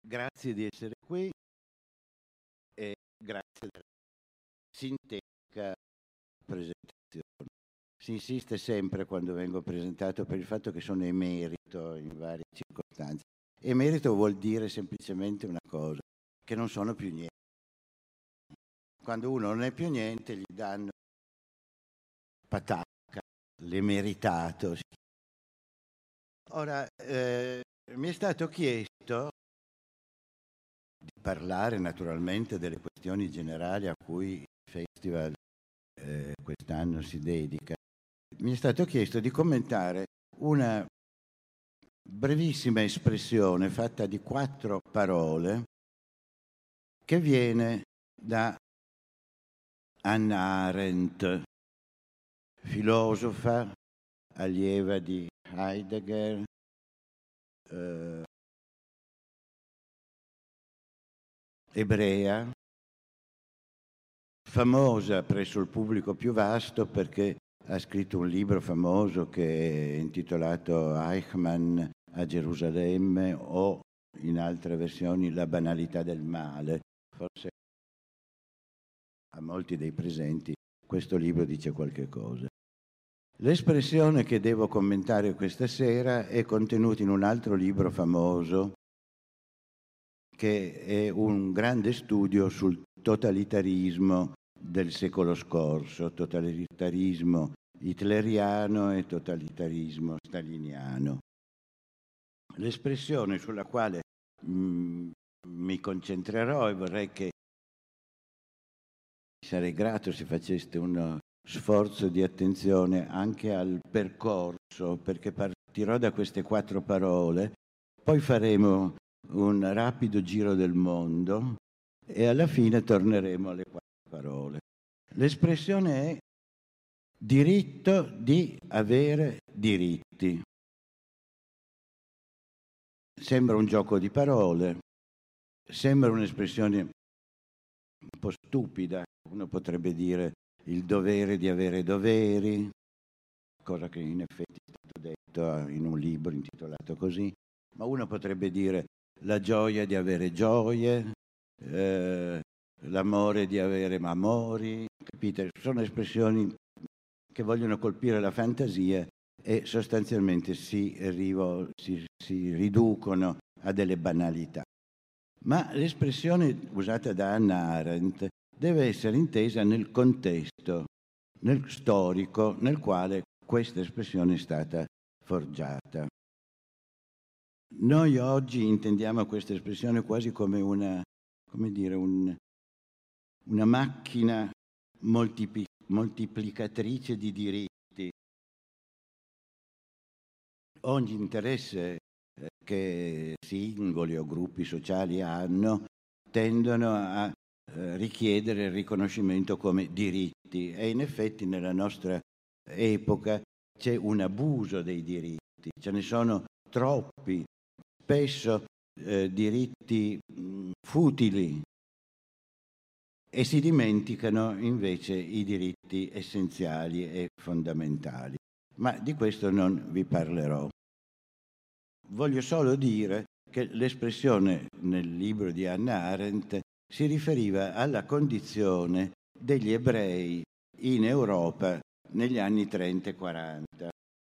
Grazie di essere qui e grazie della sintetica presentazione. Si insiste sempre quando vengo presentato per il fatto che sono emerito in varie circostanze. Emerito vuol dire semplicemente una cosa, che non sono più niente. Quando uno non è più niente gli danno patacca, l'emeritato. Ora, mi è stato chiesto di parlare naturalmente delle questioni generali a cui il festival quest'anno si dedica. Mi è stato chiesto di commentare una brevissima espressione fatta di 4 parole che viene da Hannah Arendt, filosofa, allieva di Heidegger, ebrea, famosa presso il pubblico più vasto perché ha scritto un libro famoso che è intitolato Eichmann a Gerusalemme, o in altre versioni La banalità del male. Forse a molti dei presenti questo libro dice qualche cosa. L'espressione che devo commentare questa sera è contenuta in un altro libro famoso che è un grande studio sul totalitarismo del secolo scorso, totalitarismo hitleriano e totalitarismo staliniano. L'espressione sulla quale mi concentrerò, e vorrei che sarei grato se faceste uno sforzo di attenzione anche al percorso, perché partirò da queste 4 parole, poi faremo un rapido giro del mondo e alla fine torneremo alle 4 parole. L'espressione è diritto di avere diritti. Sembra un gioco di parole, sembra un'espressione un po' stupida. Uno potrebbe dire il dovere di avere doveri, cosa che in effetti è stato detto in un libro intitolato così, ma uno potrebbe dire la gioia di avere gioie, l'amore di avere amori, capite? Sono espressioni che vogliono colpire la fantasia e sostanzialmente si riducono a delle banalità. Ma l'espressione usata da Hannah Arendt deve essere intesa nel contesto, nel storico nel quale questa espressione è stata forgiata. Noi oggi intendiamo questa espressione quasi come una macchina moltiplicatrice di diritti. Ogni interesse che singoli o gruppi sociali hanno tendono a richiedere il riconoscimento come diritti, e in effetti nella nostra epoca c'è un abuso dei diritti, ce ne sono troppi, spesso diritti futili, e si dimenticano invece i diritti essenziali e fondamentali. Ma di questo non vi parlerò. Voglio solo dire che l'espressione nel libro di Hannah Arendt si riferiva alla condizione degli ebrei in Europa negli anni 30 e 40.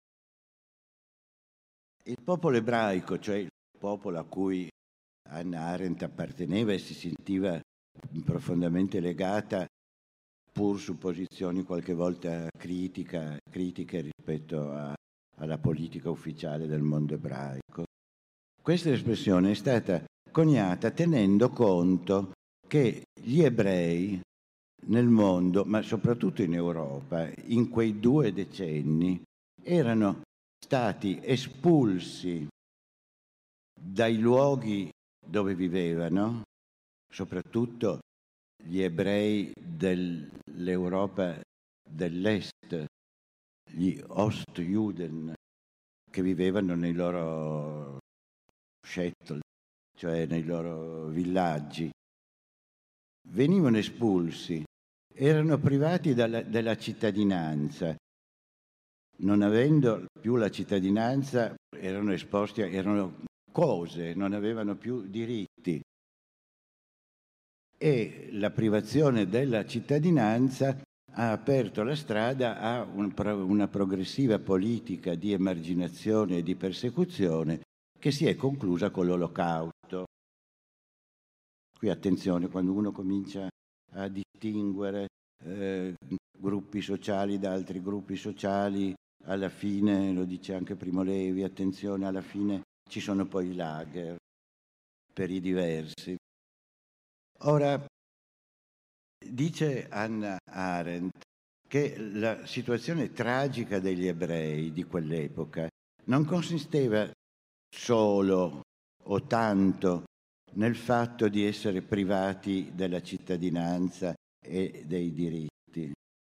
Il popolo ebraico, cioè il popolo a cui Hannah Arendt apparteneva e si sentiva profondamente legata, pur su posizioni qualche volta critiche rispetto alla politica ufficiale del mondo ebraico. Questa espressione è stata coniata tenendo conto che gli ebrei nel mondo, ma soprattutto in Europa, in quei 2 decenni, erano stati espulsi dai luoghi dove vivevano, soprattutto gli ebrei dell'Europa dell'Est, gli Ostjuden, che vivevano nei loro shtetl, cioè nei loro villaggi, venivano espulsi, erano privati della cittadinanza. Non avendo più la cittadinanza, erano cose, non avevano più diritti. E la privazione della cittadinanza ha aperto la strada a una progressiva politica di emarginazione e di persecuzione che si è conclusa con l'Olocausto. Qui attenzione, quando uno comincia a distinguere gruppi sociali da altri gruppi sociali, alla fine, lo dice anche Primo Levi, attenzione, alla fine ci sono poi i lager per i diversi. Ora, dice Hannah Arendt che la situazione tragica degli ebrei di quell'epoca non consisteva solo o tanto nel fatto di essere privati della cittadinanza e dei diritti,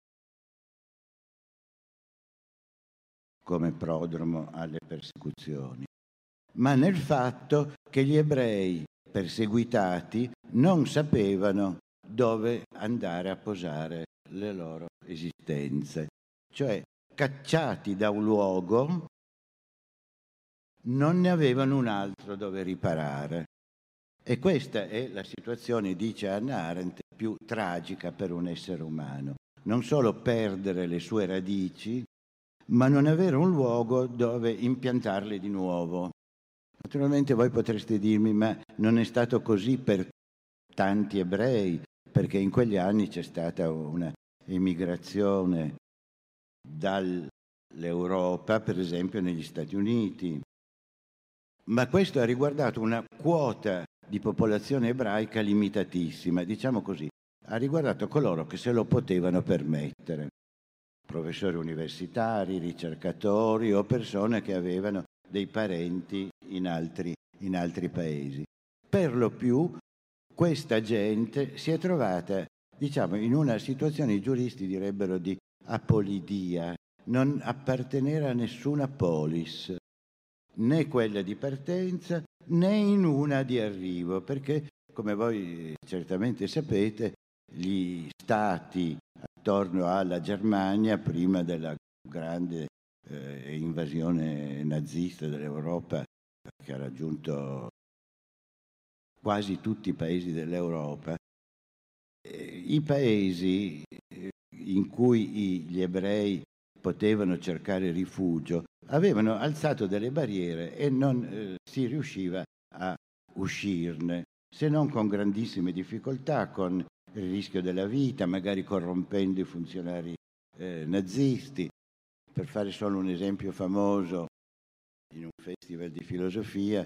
come prodromo alle persecuzioni, ma nel fatto che gli ebrei perseguitati non sapevano dove andare a posare le loro esistenze, cioè cacciati da un luogo non ne avevano un altro dove riparare. E questa è la situazione, dice Hannah Arendt, più tragica per un essere umano. Non solo perdere le sue radici, ma non avere un luogo dove impiantarle di nuovo. Naturalmente voi potreste dirmi, ma non è stato così per tanti ebrei, perché in quegli anni c'è stata una emigrazione dall'Europa, per esempio, negli Stati Uniti. Ma questo ha riguardato una quota di popolazione ebraica limitatissima, diciamo così, ha riguardato coloro che se lo potevano permettere, professori universitari, ricercatori o persone che avevano dei parenti in altri paesi. Per lo più questa gente si è trovata, diciamo, in una situazione, i giuristi direbbero di apolidia, non appartenere a nessuna polis, né quella di partenza né in una di arrivo, perché come voi certamente sapete gli stati attorno alla Germania, prima della grande invasione nazista dell'Europa che ha raggiunto quasi tutti i paesi dell'Europa, i paesi in cui gli ebrei potevano cercare rifugio avevano alzato delle barriere e non si riusciva a uscirne, se non con grandissime difficoltà, con il rischio della vita, magari corrompendo i funzionari nazisti. Per fare solo un esempio famoso, in un festival di filosofia,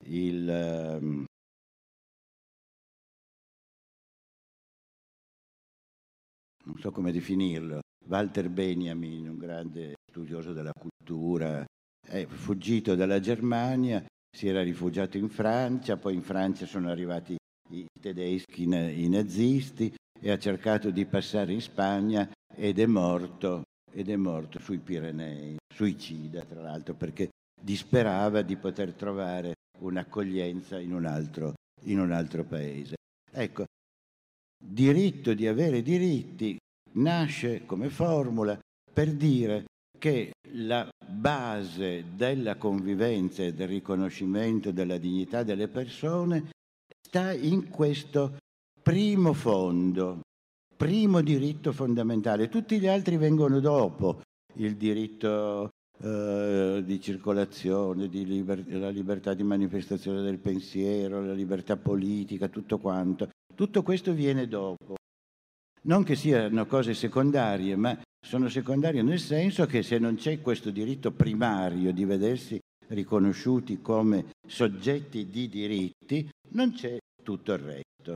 non so come definirlo, Walter Benjamin, un grande studioso della cultura, è fuggito dalla Germania, si era rifugiato in Francia, poi in Francia sono arrivati i tedeschi, i nazisti, e ha cercato di passare in Spagna ed è morto sui Pirenei, suicida tra l'altro, perché disperava di poter trovare un'accoglienza in un altro paese. Ecco, diritto di avere diritti nasce come formula per dire che la base della convivenza e del riconoscimento della dignità delle persone sta in questo primo fondo, primo diritto fondamentale. Tutti gli altri vengono dopo, il diritto di circolazione, la libertà di manifestazione del pensiero, la libertà politica, tutto quanto. Tutto questo viene dopo. Non che siano cose secondarie, ma sono secondarie nel senso che se non c'è questo diritto primario di vedersi riconosciuti come soggetti di diritti, non c'è tutto il resto.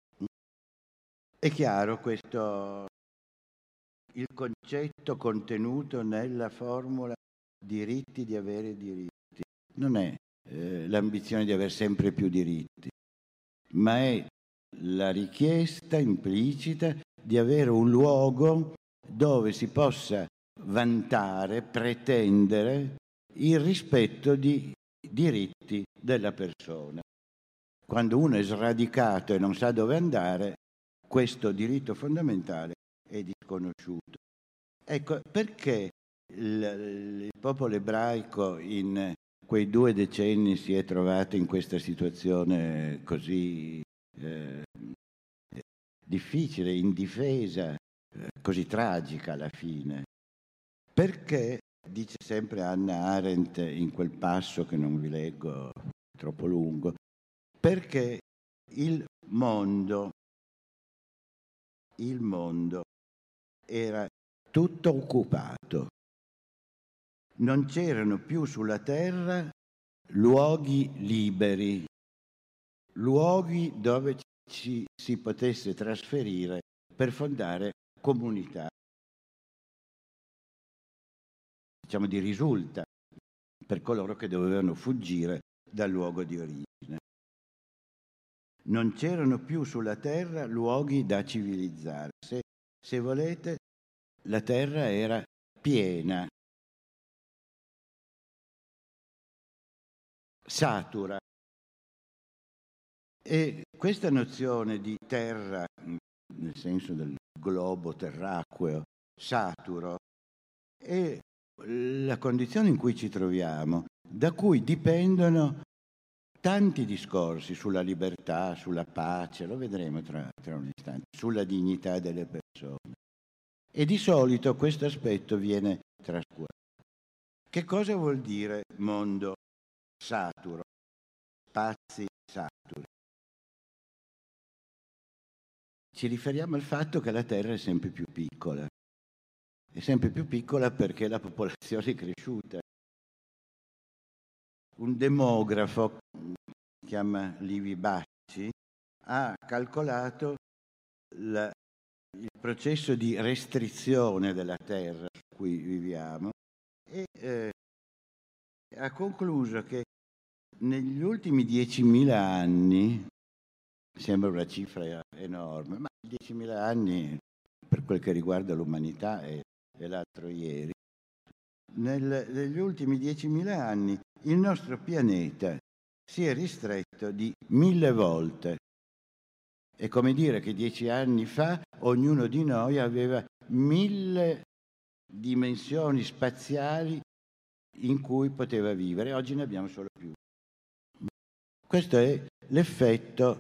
È chiaro questo, il concetto contenuto nella formula diritti di avere diritti. Non è l'ambizione di avere sempre più diritti, ma è la richiesta implicita di avere un luogo dove si possa vantare, pretendere il rispetto di diritti della persona. Quando uno è sradicato e non sa dove andare, questo diritto fondamentale è disconosciuto. Ecco, perché il popolo ebraico in quei 2 decenni si è trovata in questa situazione così difficile, indifesa, così tragica alla fine? Perché, dice sempre Hannah Arendt in quel passo che non vi leggo, troppo lungo, perché il mondo era tutto occupato. Non c'erano più sulla terra luoghi liberi, luoghi dove ci si potesse trasferire per fondare comunità, diciamo di risulta, per coloro che dovevano fuggire dal luogo di origine. Non c'erano più sulla terra luoghi da civilizzare. Se volete, la terra era piena, satura. E questa nozione di terra, nel senso del globo terracqueo, saturo, è la condizione in cui ci troviamo, da cui dipendono tanti discorsi sulla libertà, sulla pace, lo vedremo tra un istante, sulla dignità delle persone. E di solito questo aspetto viene trascurato. Che cosa vuol dire mondo saturo, spazi saturi? Ci riferiamo al fatto che la Terra è sempre più piccola. È sempre più piccola perché la popolazione è cresciuta. Un demografo, si chiama Livi Bacci, ha calcolato il processo di restrizione della terra su cui viviamo e ha concluso che negli ultimi 10.000 anni, sembra una cifra enorme, ma 10.000 anni per quel che riguarda l'umanità è l'altro ieri, negli ultimi 10.000 anni il nostro pianeta si è ristretto di 1.000 volte. È come dire che 10 anni fa ognuno di noi aveva 1.000 dimensioni spaziali in cui poteva vivere. Oggi ne abbiamo solo più. Questo è l'effetto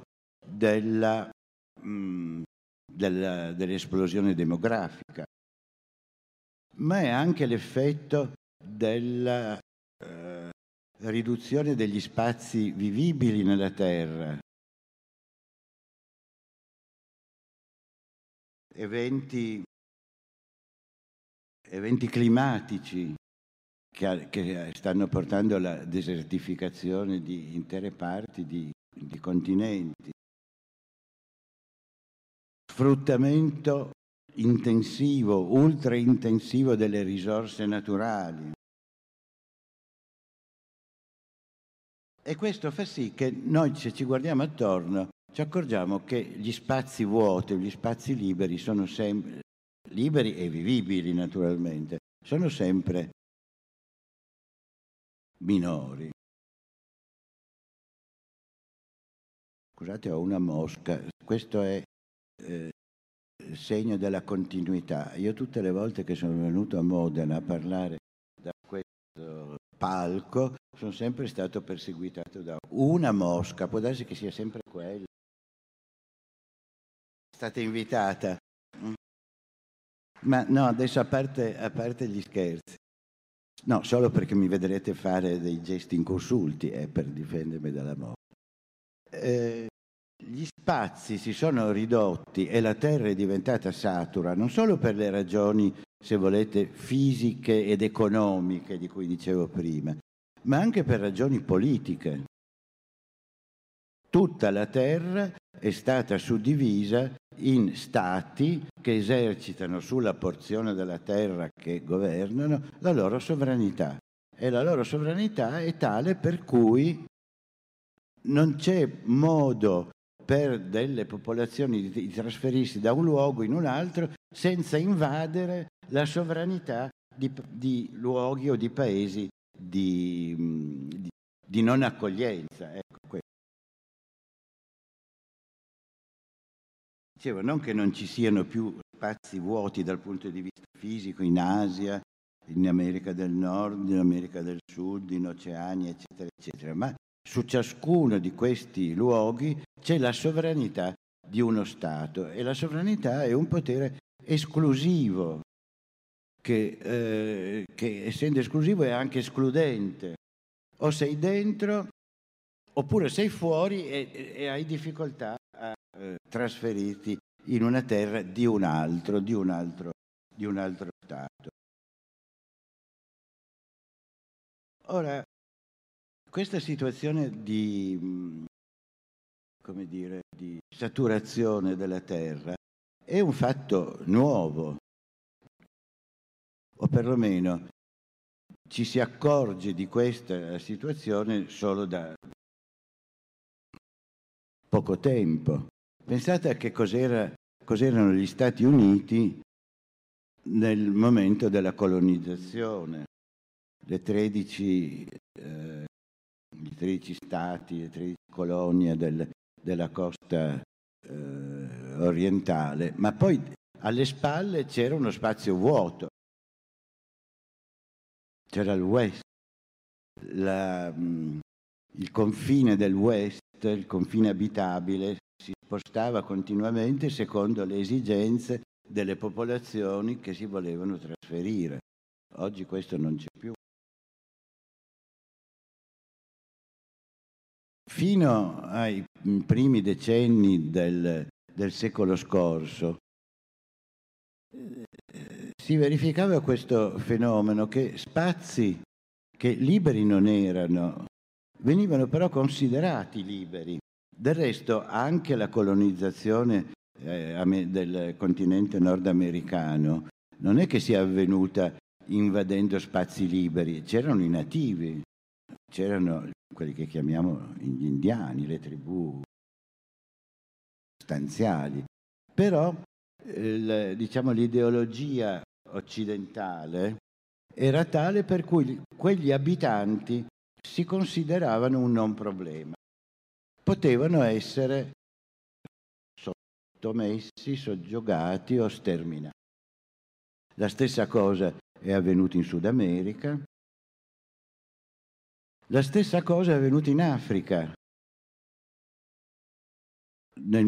dell'esplosione demografica, ma è anche l'effetto della riduzione degli spazi vivibili nella Terra. Eventi climatici che stanno portando alla desertificazione di intere parti di continenti. Sfruttamento intensivo, ultra intensivo delle risorse naturali. E questo fa sì che noi, se ci guardiamo attorno, ci accorgiamo che gli spazi vuoti, gli spazi liberi sono sempre liberi e vivibili naturalmente, sono sempre minori. Scusate, ho una mosca. Questo è il segno della continuità. Io tutte le volte che sono venuto a Modena a parlare da questo palco sono sempre stato perseguitato da una mosca, può darsi che sia sempre quella. State invitata. Ma no, adesso a parte gli scherzi. No, solo perché mi vedrete fare dei gesti inconsulti per difendermi dalla mosca. Gli spazi si sono ridotti e la Terra è diventata satura non solo per le ragioni, se volete, fisiche ed economiche di cui dicevo prima, ma anche per ragioni politiche. Tutta la Terra è stata suddivisa in stati che esercitano sulla porzione della terra che governano la loro sovranità. E la loro sovranità è tale per cui non c'è modo per delle popolazioni di trasferirsi da un luogo in un altro senza invadere la sovranità di luoghi o di paesi di non accoglienza. Ecco. Dicevo, non che non ci siano più spazi vuoti dal punto di vista fisico in Asia in America del Nord, in America del Sud, in Oceania, eccetera, eccetera. Ma su ciascuno di questi luoghi c'è la sovranità di uno Stato e la sovranità è un potere esclusivo che essendo esclusivo è anche escludente. O sei dentro oppure sei fuori e hai difficoltà a trasferirti in una terra di un altro Stato. Ora, questa situazione di saturazione della terra è un fatto nuovo, o perlomeno ci si accorge di questa situazione solo da poco tempo. Pensate a che cos'erano gli Stati Uniti nel momento della colonizzazione. I 13 stati, le 13 colonie della costa orientale, ma poi alle spalle c'era uno spazio vuoto, c'era il West, il confine del West, il confine abitabile, si spostava continuamente secondo le esigenze delle popolazioni che si volevano trasferire. Oggi questo non c'è più. Fino ai primi decenni del secolo scorso si verificava questo fenomeno che spazi che liberi non erano, venivano però considerati liberi. Del resto anche la colonizzazione del continente nordamericano non è che sia avvenuta invadendo spazi liberi, c'erano i nativi, c'erano quelli che chiamiamo gli indiani, le tribù stanziali. Però l'ideologia occidentale era tale per cui quegli abitanti si consideravano un non problema. Potevano essere sottomessi, soggiogati o sterminati. La stessa cosa è avvenuta in Sud America. La stessa cosa è avvenuta in Africa. Nel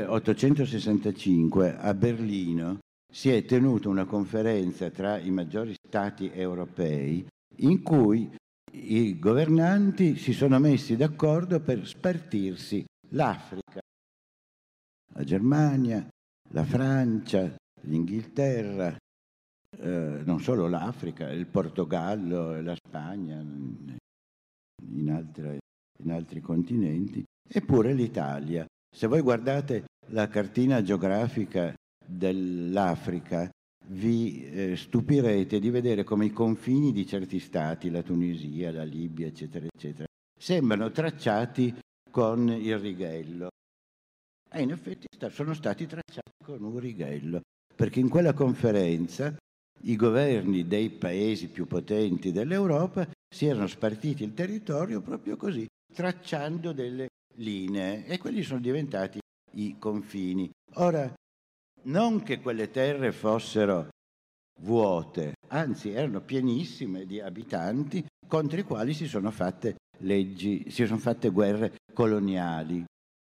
1865 a Berlino si è tenuta una conferenza tra i maggiori stati europei in cui i governanti si sono messi d'accordo per spartirsi l'Africa, la Germania, la Francia, l'Inghilterra, non solo l'Africa, il Portogallo, la Spagna, in altri continenti, eppure l'Italia. Se voi guardate la cartina geografica dell'Africa, vi stupirete di vedere come i confini di certi stati, la Tunisia, la Libia, eccetera, eccetera, sembrano tracciati con il righello. E in effetti sono stati tracciati con un righello, perché in quella conferenza i governi dei paesi più potenti dell'Europa si erano spartiti il territorio proprio così, tracciando delle linee, e quelli sono diventati i confini. Ora, non che quelle terre fossero vuote, anzi erano pienissime di abitanti contro i quali si sono fatte guerre coloniali.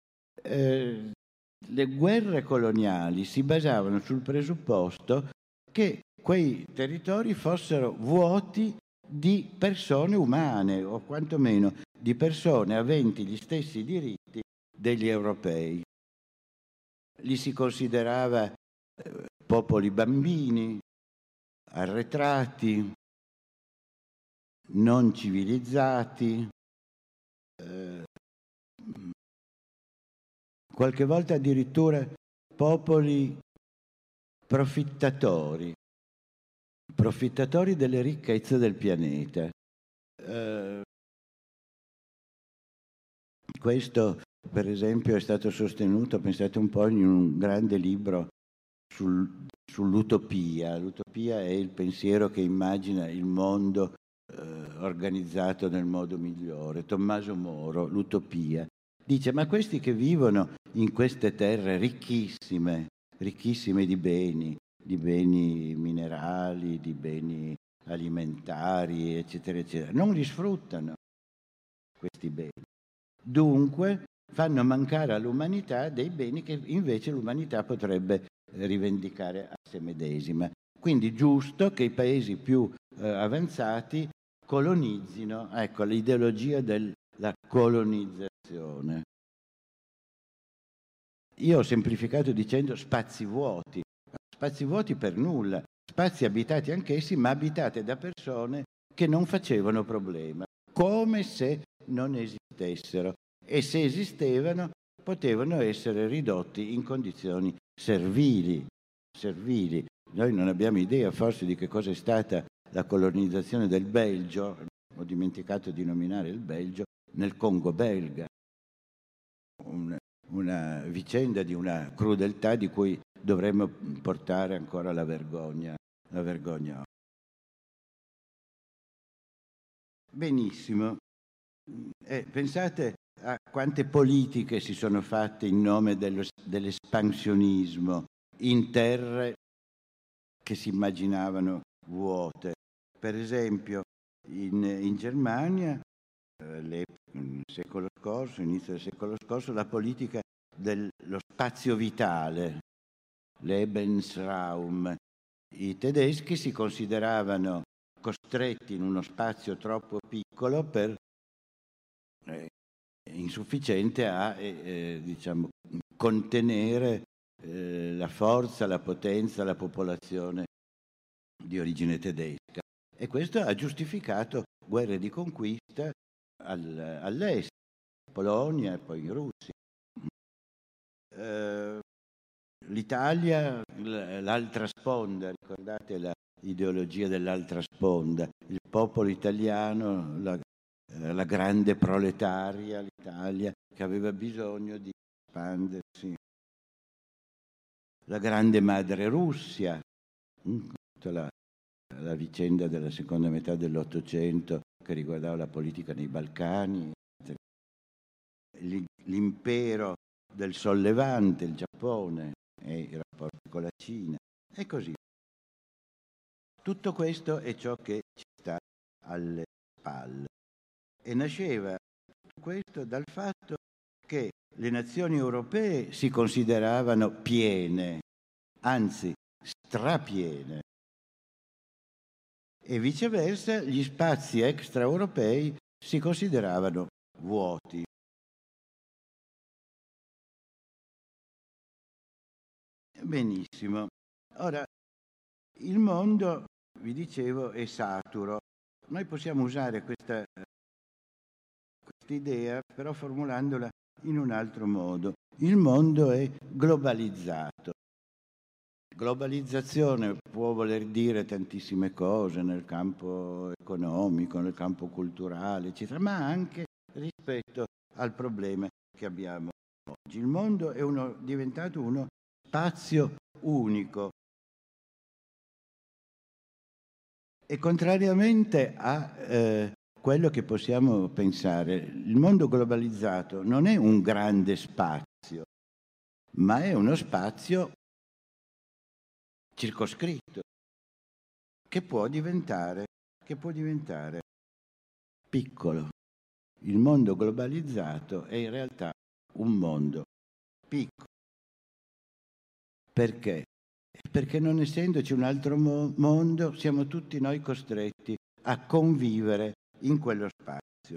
Le guerre coloniali si basavano sul presupposto che quei territori fossero vuoti di persone umane, o quantomeno di persone aventi gli stessi diritti degli europei. Li si considerava popoli bambini, arretrati, non civilizzati, qualche volta addirittura popoli profittatori delle ricchezze del pianeta. Questo, per esempio, è stato sostenuto, pensate un po', in un grande libro sull'utopia. L'utopia è il pensiero che immagina il mondo organizzato nel modo migliore. Tommaso Moro, l'utopia, dice: ma questi che vivono in queste terre ricchissime di beni minerali, di beni alimentari, eccetera, eccetera. Non li sfruttano questi beni. Dunque fanno mancare all'umanità dei beni che invece l'umanità potrebbe rivendicare a sé medesima. Quindi giusto che i paesi più avanzati colonizzino, ecco, l'ideologia della colonizzazione. Io ho semplificato dicendo spazi vuoti per nulla, spazi abitati anch'essi, ma abitati da persone che non facevano problema, come se non esistessero, e se esistevano potevano essere ridotti in condizioni servili. Noi non abbiamo idea forse di che cosa è stata la colonizzazione del Belgio, ho dimenticato di nominare il Belgio, nel Congo belga. Una vicenda di una crudeltà di cui dovremmo portare ancora la vergogna. Benissimo. Pensate a quante politiche si sono fatte in nome dell'espansionismo in terre che si immaginavano vuote. Per esempio, in Germania, inizio del secolo scorso, la politica dello spazio vitale, Lebensraum. I tedeschi si consideravano costretti in uno spazio troppo piccolo per insufficiente a diciamo, contenere la forza, la potenza, la popolazione di origine tedesca. E questo ha giustificato guerre di conquista all'est, Polonia e poi in Russia. L'Italia, l'altra sponda, ricordate l'ideologia dell'altra sponda, il popolo italiano, la grande proletaria, l'Italia, che aveva bisogno di espandersi. La grande madre Russia, tutta la vicenda della seconda metà dell'Ottocento che riguardava la politica nei Balcani, l'impero del Sollevante, il Giappone, e i rapporti con la Cina, e così. Tutto questo è ciò che ci sta alle spalle. E nasceva tutto questo dal fatto che le nazioni europee si consideravano piene, anzi strapiene, e viceversa gli spazi extraeuropei si consideravano vuoti. Benissimo. Ora, il mondo, vi dicevo, è saturo. Noi possiamo usare questa idea, però formulandola in un altro modo. Il mondo è globalizzato. Globalizzazione può voler dire tantissime cose nel campo economico, nel campo culturale, eccetera, ma anche rispetto al problema che abbiamo oggi. Il mondo è diventato uno spazio unico. E contrariamente a quello che possiamo pensare, il mondo globalizzato non è un grande spazio, ma è uno spazio circoscritto che può diventare piccolo. Il mondo globalizzato è in realtà un mondo piccolo. Perché? Perché non essendoci un altro mondo, siamo tutti noi costretti a convivere in quello spazio.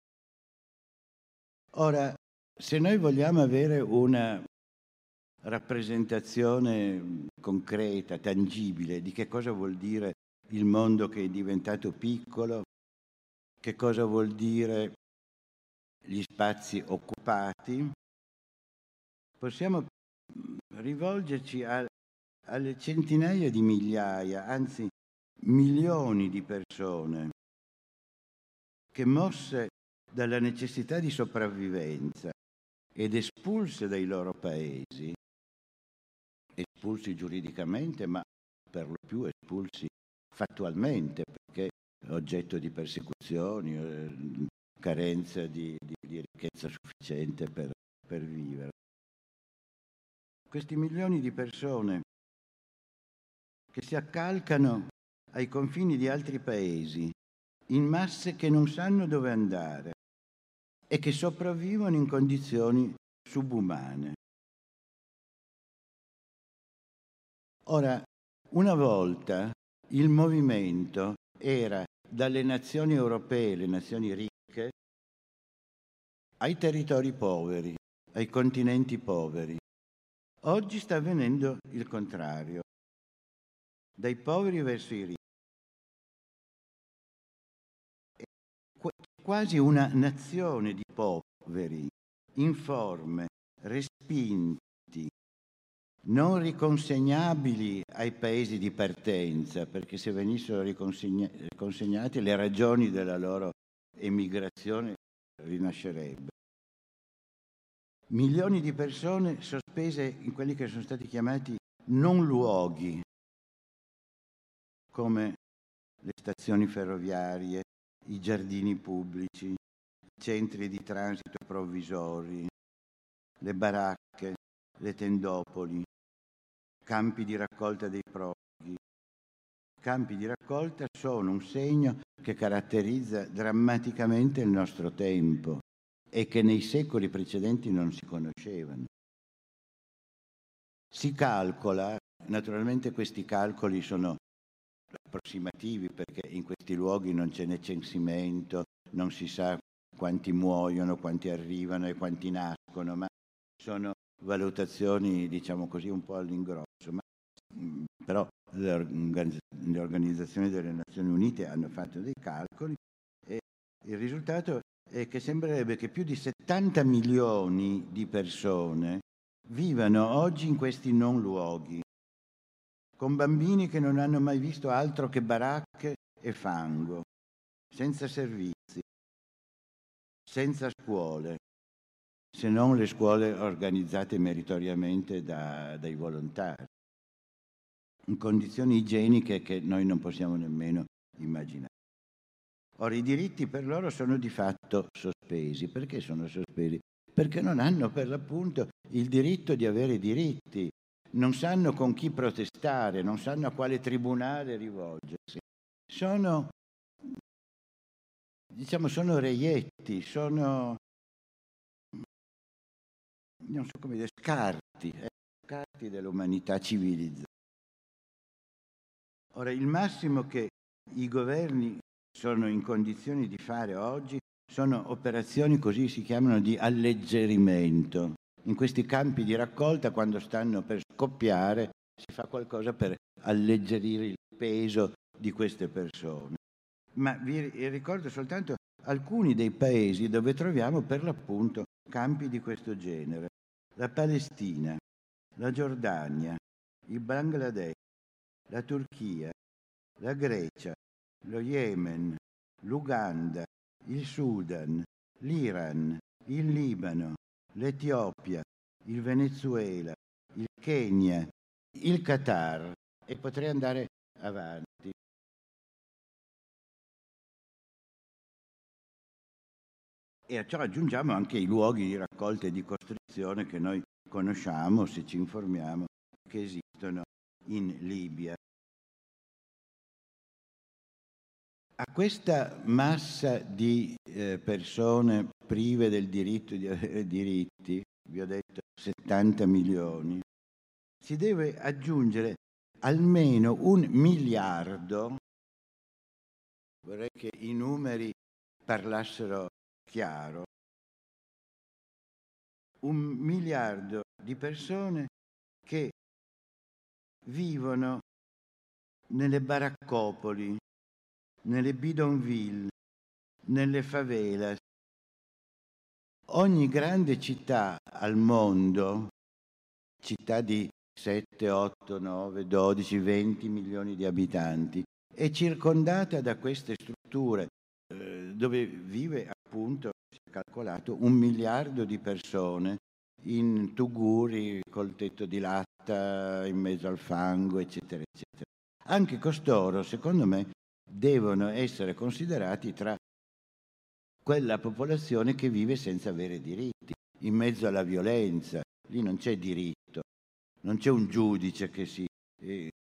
Ora, se noi vogliamo avere una rappresentazione concreta, tangibile, di che cosa vuol dire il mondo che è diventato piccolo, che cosa vuol dire gli spazi occupati, possiamo rivolgerci alle centinaia di migliaia, anzi milioni di persone che, mosse dalla necessità di sopravvivenza ed espulse dai loro paesi, espulsi giuridicamente, ma per lo più espulsi fattualmente, perché oggetto di persecuzioni, carenza di ricchezza sufficiente per vivere. Questi milioni di persone che si accalcano ai confini di altri paesi, in masse che non sanno dove andare e che sopravvivono in condizioni subumane. Ora, una volta il movimento era dalle nazioni europee, le nazioni ricche, ai territori poveri, ai continenti poveri. Oggi sta avvenendo il contrario, dai poveri verso i ricchi. È quasi una nazione di poveri, informe, respinti, non riconsegnabili ai paesi di partenza, perché se venissero riconsegnati le ragioni della loro emigrazione rinascerebbero. Milioni di persone sospese in quelli che sono stati chiamati non luoghi, come le stazioni ferroviarie, i giardini pubblici, i centri di transito provvisori, le baracche, le tendopoli, campi di raccolta dei profughi. Campi di raccolta sono un segno che caratterizza drammaticamente il nostro tempo e che nei secoli precedenti non si conoscevano. Si calcola, naturalmente questi calcoli sono approssimativi perché in questi luoghi non c'è né censimento, non si sa quanti muoiono, quanti arrivano e quanti nascono, ma sono valutazioni, diciamo così, un po' all'ingrosso. Però le organizzazioni delle Nazioni Unite hanno fatto dei calcoli e il risultato è che sembrerebbe che più di 70 milioni di persone vivano oggi in questi non luoghi, con bambini che non hanno mai visto altro che baracche e fango, senza servizi, senza scuole, se non le scuole organizzate meritoriamente dai volontari, in condizioni igieniche che noi non possiamo nemmeno immaginare. Ora, i diritti per loro sono di fatto sospesi. Perché sono sospesi? Perché non hanno per l'appunto il diritto di avere diritti, non sanno con chi protestare, non sanno a quale tribunale rivolgersi. Sono, sono reietti, sono, non so come dire, scarti dell'umanità civilizzata. Ora, il massimo che i governi sono in condizioni di fare oggi sono operazioni, così si chiamano, di alleggerimento. In questi campi di raccolta, quando stanno per scoppiare, si fa qualcosa per alleggerire il peso di queste persone. Ma vi ricordo soltanto alcuni dei paesi dove troviamo per l'appunto campi di questo genere: la Palestina, la Giordania, il Bangladesh, la Turchia, la Grecia, lo Yemen, l'Uganda, il Sudan, l'Iran, il Libano, l'Etiopia, il Venezuela, il Kenya, il Qatar, e potrei andare avanti. E a ciò aggiungiamo anche i luoghi di raccolta e di costrizione che noi conosciamo, se ci informiamo, che esistono in Libia. A questa massa di persone prive del diritto di avere diritti, vi ho detto 70 milioni, si deve aggiungere almeno 1 miliardo, vorrei che i numeri parlassero chiaro, 1 miliardo di persone che vivono nelle baraccopoli, nelle bidonville, nelle favelas. Ogni grande città al mondo, città di 7, 8, 9, 12, 20 milioni di abitanti, è circondata da queste strutture dove vive, appunto, si è calcolato, 1 miliardo di persone in tuguri col tetto di latta, in mezzo al fango, eccetera, eccetera. Anche costoro, secondo me, devono essere considerati tra quella popolazione che vive senza avere diritti, in mezzo alla violenza. Lì non c'è diritto, non c'è un giudice che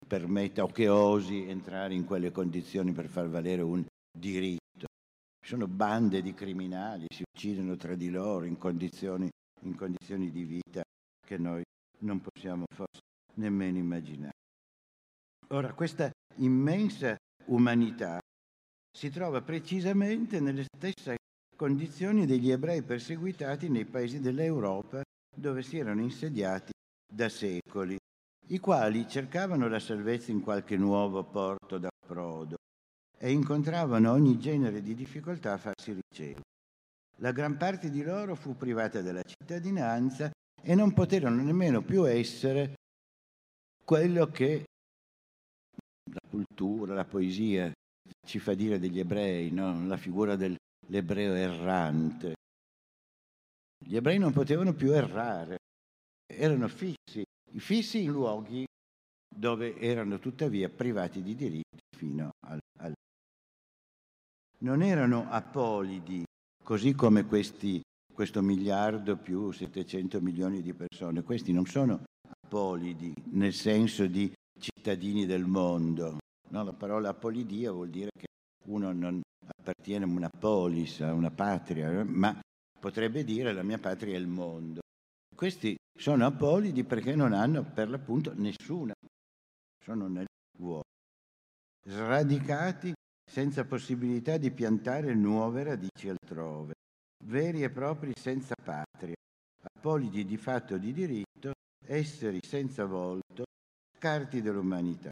permetta o che osi entrare in quelle condizioni per far valere un diritto. Ci sono bande di criminali, si uccidono tra di loro in condizioni di vita che noi non possiamo forse nemmeno immaginare. Ora, questa immensa umanità si trova precisamente nelle stesse condizioni degli ebrei perseguitati nei paesi dell'Europa dove si erano insediati da secoli, i quali cercavano la salvezza in qualche nuovo porto d'approdo e incontravano ogni genere di difficoltà a farsi ricevere. La gran parte di loro fu privata della cittadinanza e non poterono nemmeno più essere quello che la cultura, la poesia ci fa dire degli ebrei, no? La figura dell'ebreo errante. Gli ebrei non potevano più errare, erano fissi in luoghi dove erano tuttavia privati di diritti fino al. Non erano apolidi, così come questo miliardo più 700 milioni di persone. Questi non sono apolidi nel senso di cittadini del mondo. No, la parola apolidia vuol dire che uno non appartiene a una polis, a una patria, ma potrebbe dire la mia patria è il mondo. Questi sono apolidi perché non hanno per l'appunto nessuna, sono nel vuoto, sradicati senza possibilità di piantare nuove radici altrove, veri e propri senza patria, apolidi di fatto o di diritto, esseri senza volto, scarti dell'umanità.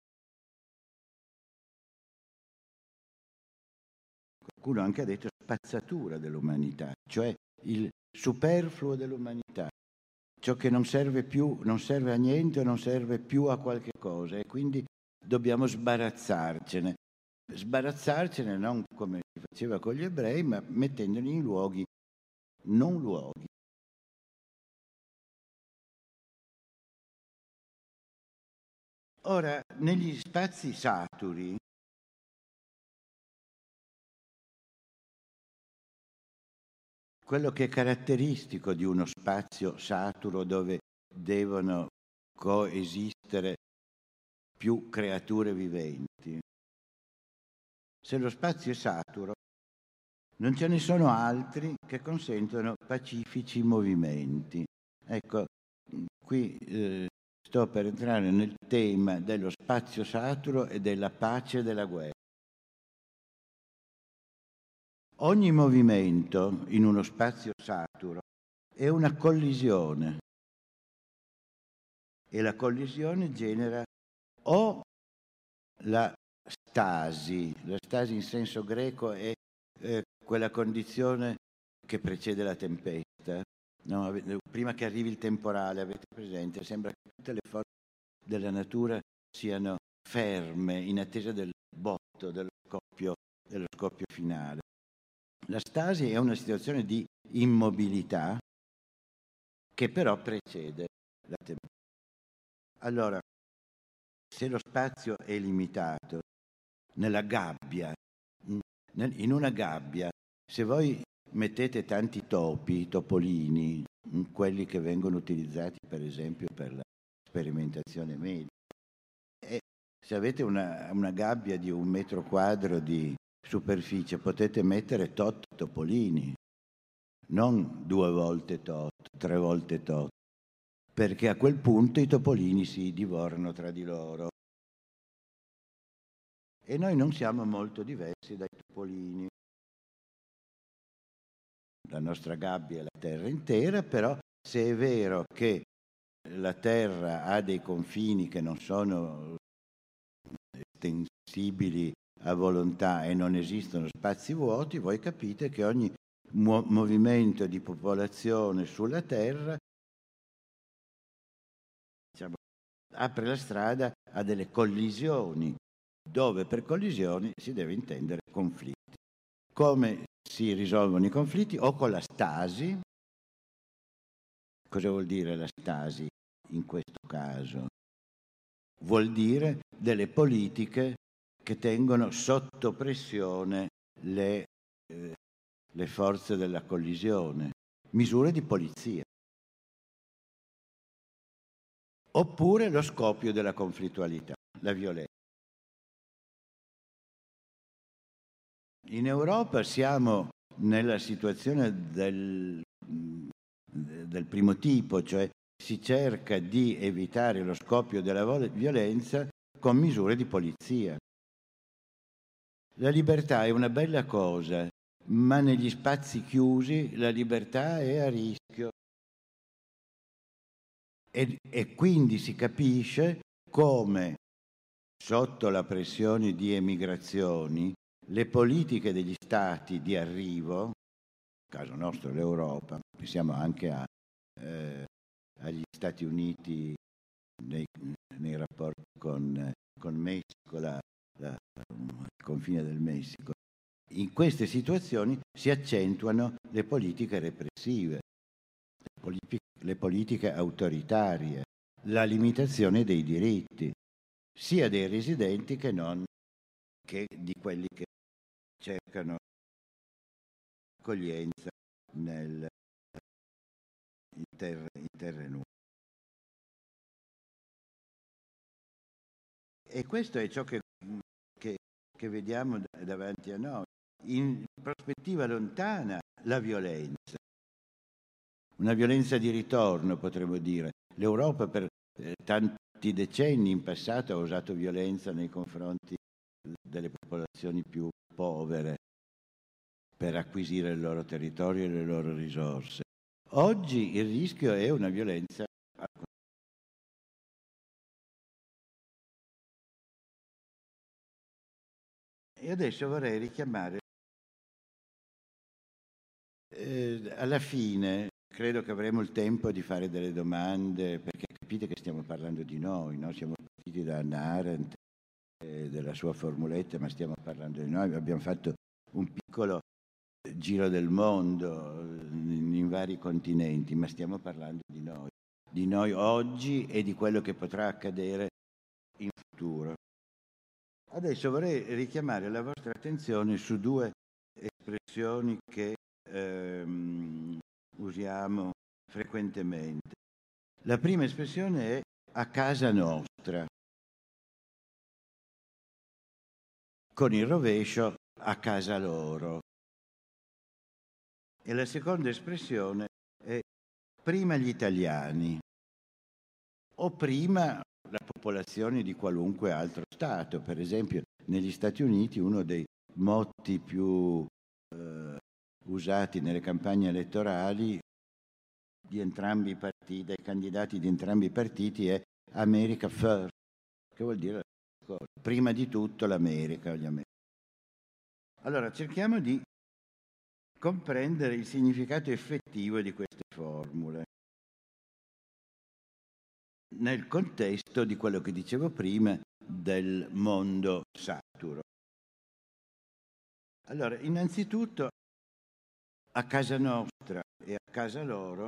Qualcuno anche ha detto spazzatura dell'umanità, cioè il superfluo dell'umanità, ciò che non serve più, non serve a niente, non serve più a qualche cosa e quindi dobbiamo sbarazzarcene non come si faceva con gli ebrei, ma mettendoli in luoghi non luoghi. Ora, negli spazi saturi, quello che è caratteristico di uno spazio saturo dove devono coesistere più creature viventi, se lo spazio è saturo, non ce ne sono altri che consentono pacifici movimenti. Ecco, qui sto per entrare nel tema dello spazio saturo e della pace e della guerra. Ogni movimento in uno spazio saturo è una collisione e la collisione genera o la stasi in senso greco è quella condizione che precede la tempesta, no? Prima che arrivi il temporale, avete presente? Sembra che tutte le forze della natura siano ferme in attesa del botto, dello scoppio finale. La stasi è una situazione di immobilità che però precede la tempesta. Allora, se lo spazio è limitato, nella gabbia, in una gabbia, se voi mettete tanti topolini, quelli che vengono utilizzati per esempio per la sperimentazione medica, e se avete una gabbia di 1 metro quadro di superficie potete mettere tot topolini, non 2 volte tot, 3 volte tot, perché a quel punto i topolini si divorano tra di loro. E noi non siamo molto diversi dai topolini. La nostra gabbia è la terra intera, però se è vero che la terra ha dei confini che non sono estensibili a volontà e non esistono spazi vuoti, voi capite che ogni movimento di popolazione sulla terra, diciamo, apre la strada a delle collisioni, dove per collisioni si deve intendere conflitti. Come si risolvono i conflitti? O con la stasi. Cosa vuol dire la stasi in questo caso? Vuol dire delle politiche che tengono sotto pressione le forze della collisione, misure di polizia. Oppure lo scoppio della conflittualità. la violenza. In Europa siamo nella situazione del primo tipo, cioè si cerca di evitare lo scoppio della violenza con misure di polizia. La libertà è una bella cosa, ma negli spazi chiusi la libertà è a rischio. E quindi si capisce come, sotto la pressione di emigrazioni, le politiche degli stati di arrivo, nel caso nostro l'Europa, pensiamo anche agli Stati Uniti nei rapporti con Messico, il confine del Messico. In queste situazioni si accentuano le politiche repressive, le politiche autoritarie, la limitazione dei diritti, sia dei residenti che non, che di quelli che cercano accoglienza in terre nuove. E questo è ciò che vediamo davanti a noi. In prospettiva lontana la violenza, una violenza di ritorno potremmo dire. L'Europa per tanti decenni in passato ha usato violenza nei confronti delle popolazioni più povere per acquisire il loro territorio e le loro risorse. Oggi il rischio è una violenza al contrario. E adesso vorrei richiamare, alla fine, credo che avremo il tempo di fare delle domande, perché capite che stiamo parlando di noi, no? Siamo partiti da Hannah Arendt, della sua formuletta, ma stiamo parlando di noi. Abbiamo fatto un piccolo giro del mondo in vari continenti, ma stiamo parlando di noi oggi e di quello che potrà accadere in futuro. Adesso vorrei richiamare la vostra attenzione su due espressioni che usiamo frequentemente. La prima espressione è a casa nostra, con il rovescio a casa loro. E la seconda espressione è prima gli italiani o prima la popolazione di qualunque altro Stato. Per esempio, negli Stati Uniti uno dei motti più usati nelle campagne elettorali di entrambi i partiti, dai candidati di entrambi i partiti, è America First, che vuol dire prima di tutto l'America. Allora, cerchiamo di comprendere il significato effettivo di queste formule nel contesto di quello che dicevo prima del mondo saturo. Allora, innanzitutto, a casa nostra e a casa loro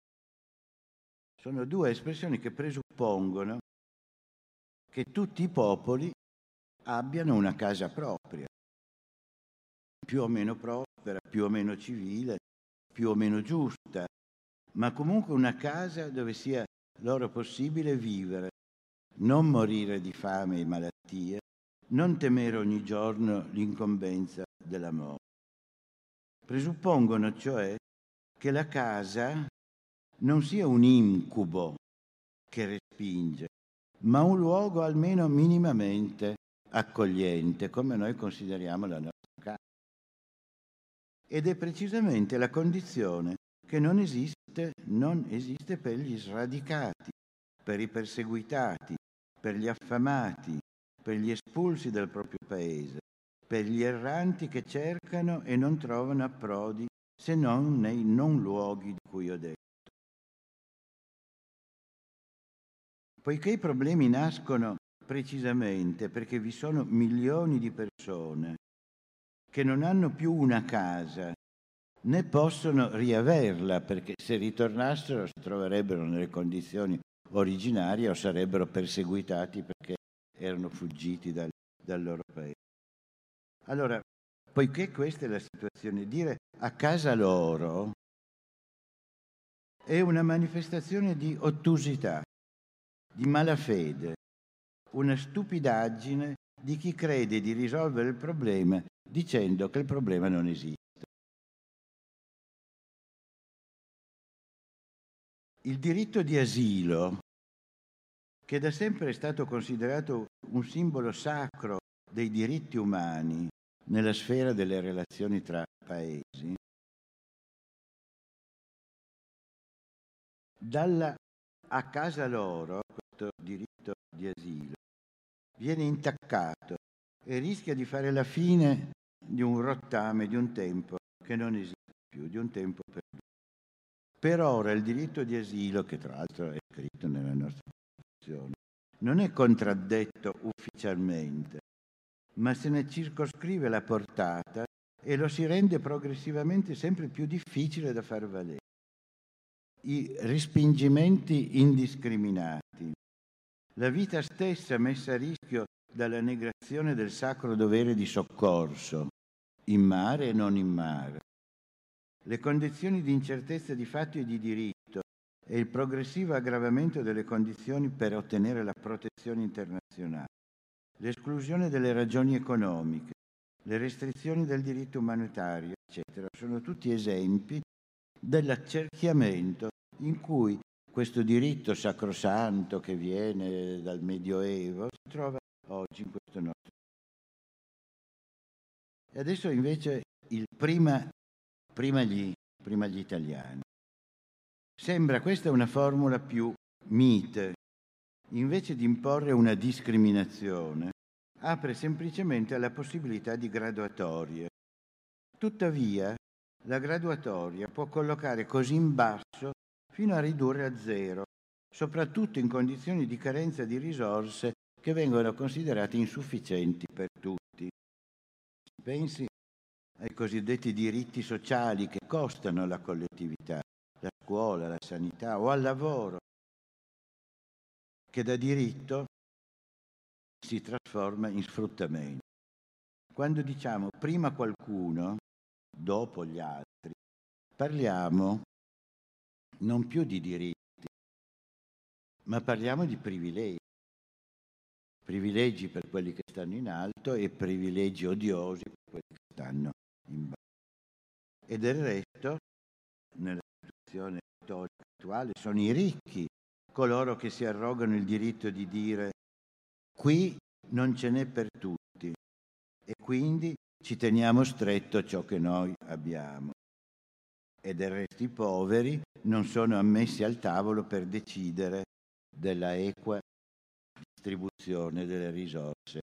sono due espressioni che presuppongono che tutti i popoli abbiano una casa propria, più o meno prospera, più o meno civile, più o meno giusta, ma comunque una casa dove sia loro possibile vivere, non morire di fame e malattie, non temere ogni giorno l'incombenza della morte. Presuppongono cioè che la casa non sia un incubo che respinge, ma un luogo almeno minimamente accogliente, come noi consideriamo la nostra casa. Ed è precisamente la condizione che non esiste per gli sradicati, per i perseguitati, per gli affamati, per gli espulsi dal proprio paese, per gli erranti che cercano e non trovano approdi se non nei non luoghi di cui ho detto. Poiché i problemi nascono precisamente perché vi sono milioni di persone che non hanno più una casa né possono riaverla, perché se ritornassero si troverebbero nelle condizioni originarie o sarebbero perseguitati perché erano fuggiti dal loro paese. Allora, poiché questa è la situazione, dire a casa loro è una manifestazione di ottusità, di malafede, una stupidaggine di chi crede di risolvere il problema dicendo che il problema non esiste. Il diritto di asilo, che da sempre è stato considerato un simbolo sacro dei diritti umani nella sfera delle relazioni tra paesi, dalla a casa loro, questo diritto di asilo, viene intaccato e rischia di fare la fine di un rottame, di un tempo che non esiste più, di un tempo perduto. Per ora il diritto di asilo, che tra l'altro è scritto nella nostra Costituzione, non è contraddetto ufficialmente, ma se ne circoscrive la portata e lo si rende progressivamente sempre più difficile da far valere. I respingimenti indiscriminati, la vita stessa messa a rischio dalla negazione del sacro dovere di soccorso, in mare e non in mare, le condizioni di incertezza di fatto e di diritto e il progressivo aggravamento delle condizioni per ottenere la protezione internazionale, l'esclusione delle ragioni economiche, le restrizioni del diritto umanitario, eccetera, sono tutti esempi dell'accerchiamento in cui questo diritto sacrosanto che viene dal Medioevo si trova oggi in questo nostro. E adesso invece il prima gli italiani. Sembra questa una formula più mite. Invece di imporre una discriminazione, apre semplicemente alla possibilità di graduatorie. Tuttavia, la graduatoria può collocare così in basso fino a ridurre a zero, soprattutto in condizioni di carenza di risorse che vengono considerate insufficienti per tutti. Pensi ai cosiddetti diritti sociali che costano alla collettività, la scuola, la sanità o al lavoro, che da diritto si trasforma in sfruttamento. Quando diciamo prima qualcuno, dopo gli altri, parliamo non più di diritti, ma parliamo di privilegi. Privilegi per quelli che stanno in alto e privilegi odiosi per quelli che stanno in basso. E del resto, nella situazione storica attuale, sono i ricchi coloro che si arrogano il diritto di dire qui non ce n'è per tutti e quindi ci teniamo stretto ciò che noi abbiamo. E del resto i poveri non sono ammessi al tavolo per decidere della equa distribuzione delle risorse.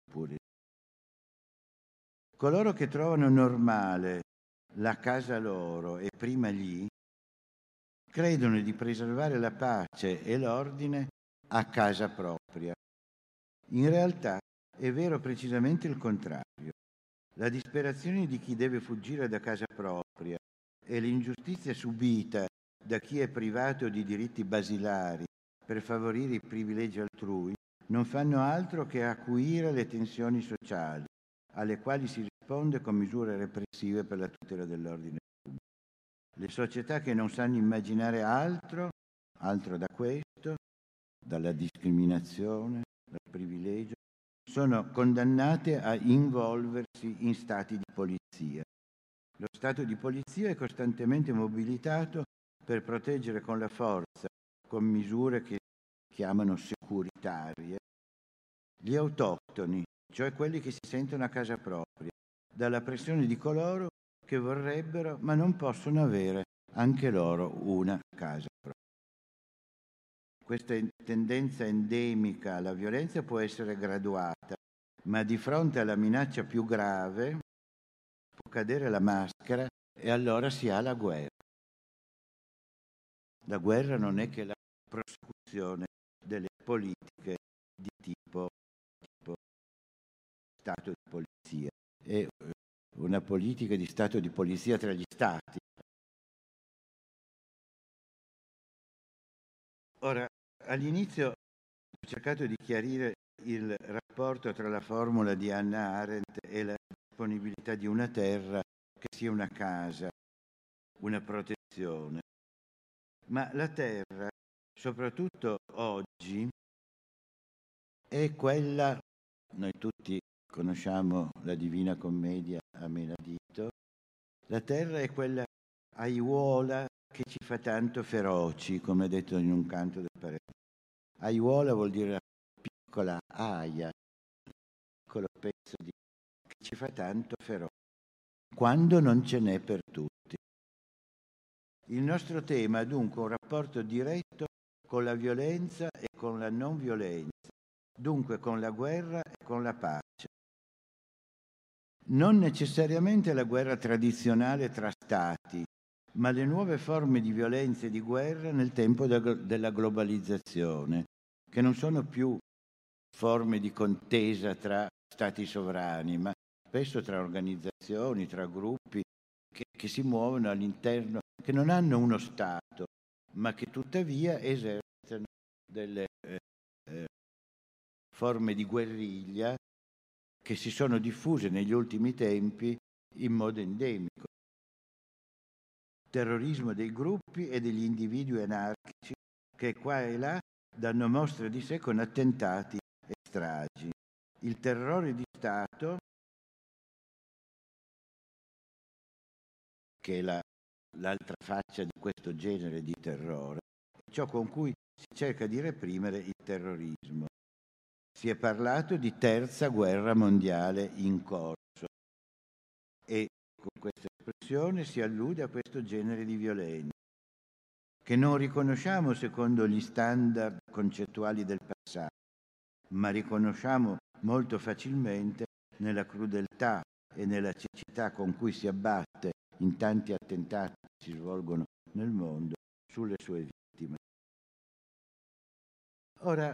Coloro che trovano normale la casa loro e prima gli, credono di preservare la pace e l'ordine a casa propria. In realtà è vero precisamente il contrario. La disperazione di chi deve fuggire da casa propria e l'ingiustizia subita da chi è privato di diritti basilari per favorire i privilegi altrui non fanno altro che acuire le tensioni sociali, alle quali si risponde con misure repressive per la tutela dell'ordine pubblico. Le società che non sanno immaginare altro da questo, dalla discriminazione, dal privilegio, sono condannate a involversi in stati di polizia. Lo stato di polizia è costantemente mobilitato per proteggere con la forza, con misure che chiamano securitarie, gli autoctoni, cioè quelli che si sentono a casa propria, dalla pressione di coloro che vorrebbero ma non possono avere anche loro una casa propria. Questa tendenza endemica alla violenza può essere graduata, ma di fronte alla minaccia più grave può cadere la maschera e allora si ha la guerra. La guerra non è che la prosecuzione delle politiche di tipo stato di polizia, è una politica di stato di polizia tra gli stati. Ora, all'inizio ho cercato di chiarire il rapporto tra la formula di Hannah Arendt e la disponibilità di una terra che sia una casa, una protezione. Ma la terra, soprattutto oggi, è quella, noi tutti conosciamo la Divina Commedia a menadito, la terra è quella aiuola che ci fa tanto feroci, come detto in un canto del Pareto. Aiuola vuol dire la piccola aia, piccolo pezzo che ci fa tanto feroci, quando non ce n'è per tutti. Il nostro tema ha dunque un rapporto diretto con la violenza e con la non violenza, dunque con la guerra e con la pace. Non necessariamente la guerra tradizionale tra stati, ma le nuove forme di violenza e di guerra nel tempo della globalizzazione, che non sono più forme di contesa tra stati sovrani, ma spesso tra organizzazioni, tra gruppi che si muovono all'interno, che non hanno uno Stato, ma che tuttavia esercitano delle forme di guerriglia che si sono diffuse negli ultimi tempi in modo endemico. Terrorismo dei gruppi e degli individui anarchici che qua e là danno mostre di sé con attentati e stragi. Il terrore di Stato, che è l'altra faccia di questo genere di terrore, è ciò con cui si cerca di reprimere il terrorismo. Si è parlato di terza guerra mondiale in corso e con questa espressione si allude a questo genere di violenza, che non riconosciamo secondo gli standard concettuali del passato, ma riconosciamo molto facilmente nella crudeltà e nella cecità con cui si abbatte in tanti attentati che si svolgono nel mondo sulle sue vittime. Ora,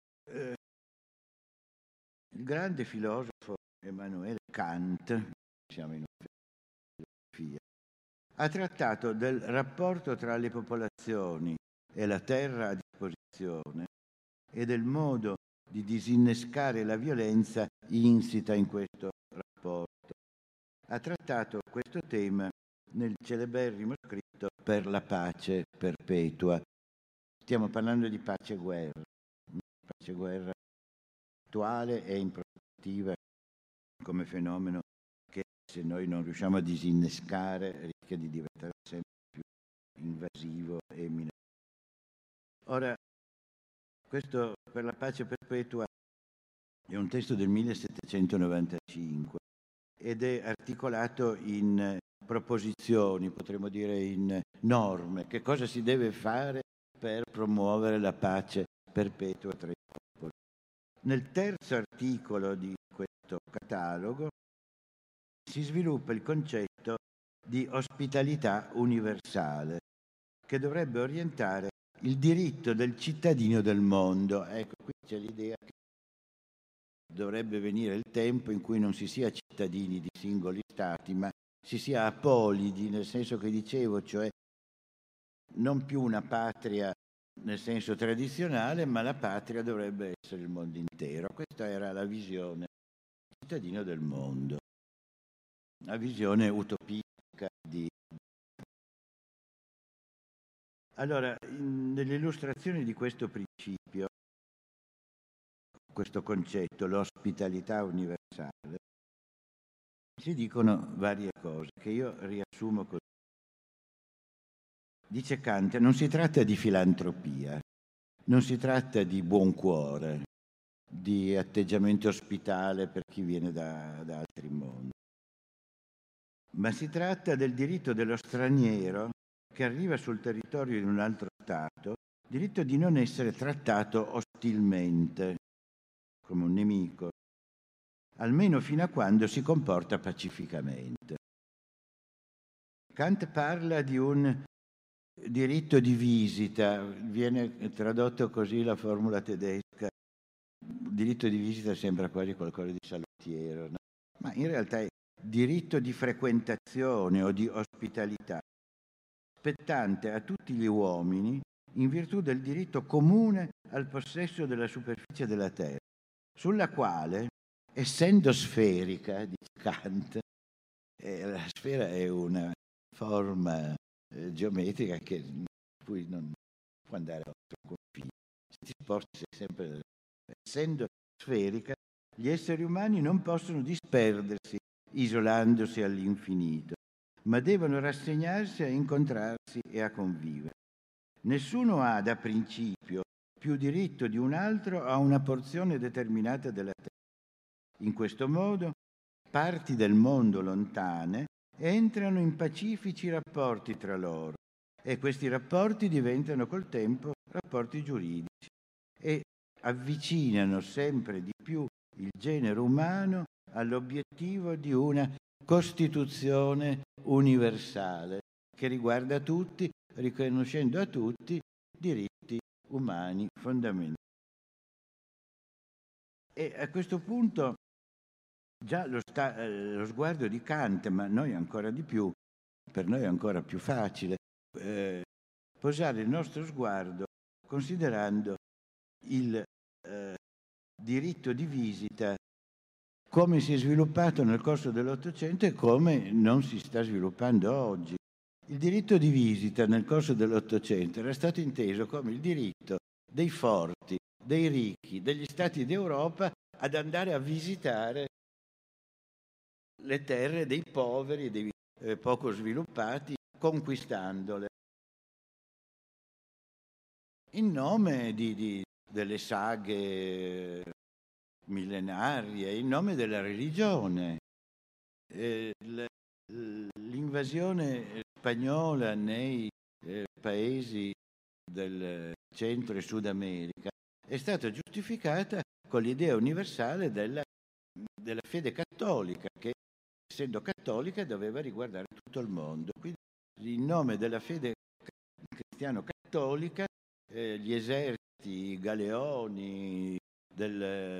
il grande filosofo Immanuel Kant, siamo in una filosofia, ha trattato del rapporto tra le popolazioni e la terra a disposizione e del modo di disinnescare la violenza insita in questo rapporto. Ha trattato questo tema nel celeberrimo scritto Per la pace perpetua. Stiamo parlando di pace e guerra attuale e in prospettiva come fenomeno che, se noi non riusciamo a disinnescare, rischia di diventare sempre più invasivo e minaccioso. Ora, questo Per la pace perpetua è un testo del 1795 ed è articolato in proposizioni, potremmo dire in norme. Che cosa si deve fare per promuovere la pace perpetua tra i popoli? Nel terzo articolo di questo catalogo si sviluppa il concetto di ospitalità universale, che dovrebbe orientare il diritto del cittadino del mondo. Ecco, qui c'è l'idea che dovrebbe venire il tempo in cui non si sia cittadini di singoli stati, ma si sia apolidi, nel senso che dicevo, cioè non più una patria nel senso tradizionale, ma la patria dovrebbe essere il mondo intero. Questa era la visione cittadino del mondo, una visione utopistica di... Allora, nelle illustrazioni di questo principio, questo concetto, l'ospitalità universale, si dicono varie cose che io riassumo così. Dice Kant, non si tratta di filantropia, non si tratta di buon cuore, di atteggiamento ospitale per chi viene da altri mondi, ma si tratta del diritto dello straniero che arriva sul territorio di un altro Stato, diritto di non essere trattato ostilmente, come un nemico, almeno fino a quando si comporta pacificamente. Kant parla di un diritto di visita, viene tradotto così la formula tedesca. Diritto di visita sembra quasi qualcosa di salutiero, no? Ma in realtà è diritto di frequentazione o di ospitalità, spettante a tutti gli uomini in virtù del diritto comune al possesso della superficie della terra, sulla quale, essendo sferica, dice Kant, la sfera è una forma geometrica che cui non può andare oltre un confine. Se ti sposti sei sempre... Essendo sferica, gli esseri umani non possono disperdersi isolandosi all'infinito, ma devono rassegnarsi a incontrarsi e a convivere. Nessuno ha da principio più diritto di un altro a una porzione determinata della terra. In questo modo, parti del mondo lontane entrano in pacifici rapporti tra loro e questi rapporti diventano col tempo rapporti giuridici e avvicinano sempre di più il genere umano all'obiettivo di una Costituzione universale che riguarda tutti, riconoscendo a tutti diritti umani fondamentali. E a questo punto già lo sguardo di Kant, ma noi ancora di più, per noi è ancora più facile posare il nostro sguardo considerando il diritto di visita come si è sviluppato nel corso dell'Ottocento e come non si sta sviluppando oggi. Il diritto di visita nel corso dell'Ottocento era stato inteso come il diritto dei forti, dei ricchi, degli stati d'Europa ad andare a visitare le terre dei poveri, dei poco sviluppati, conquistandole in nome delle saghe millenarie, in nome della religione. L'invasione spagnola nei paesi del Centro e Sud America è stata giustificata con l'idea universale della fede cattolica, che essendo cattolica doveva riguardare tutto il mondo. Quindi in nome della fede cristiano-cattolica gli eserciti, i galeoni del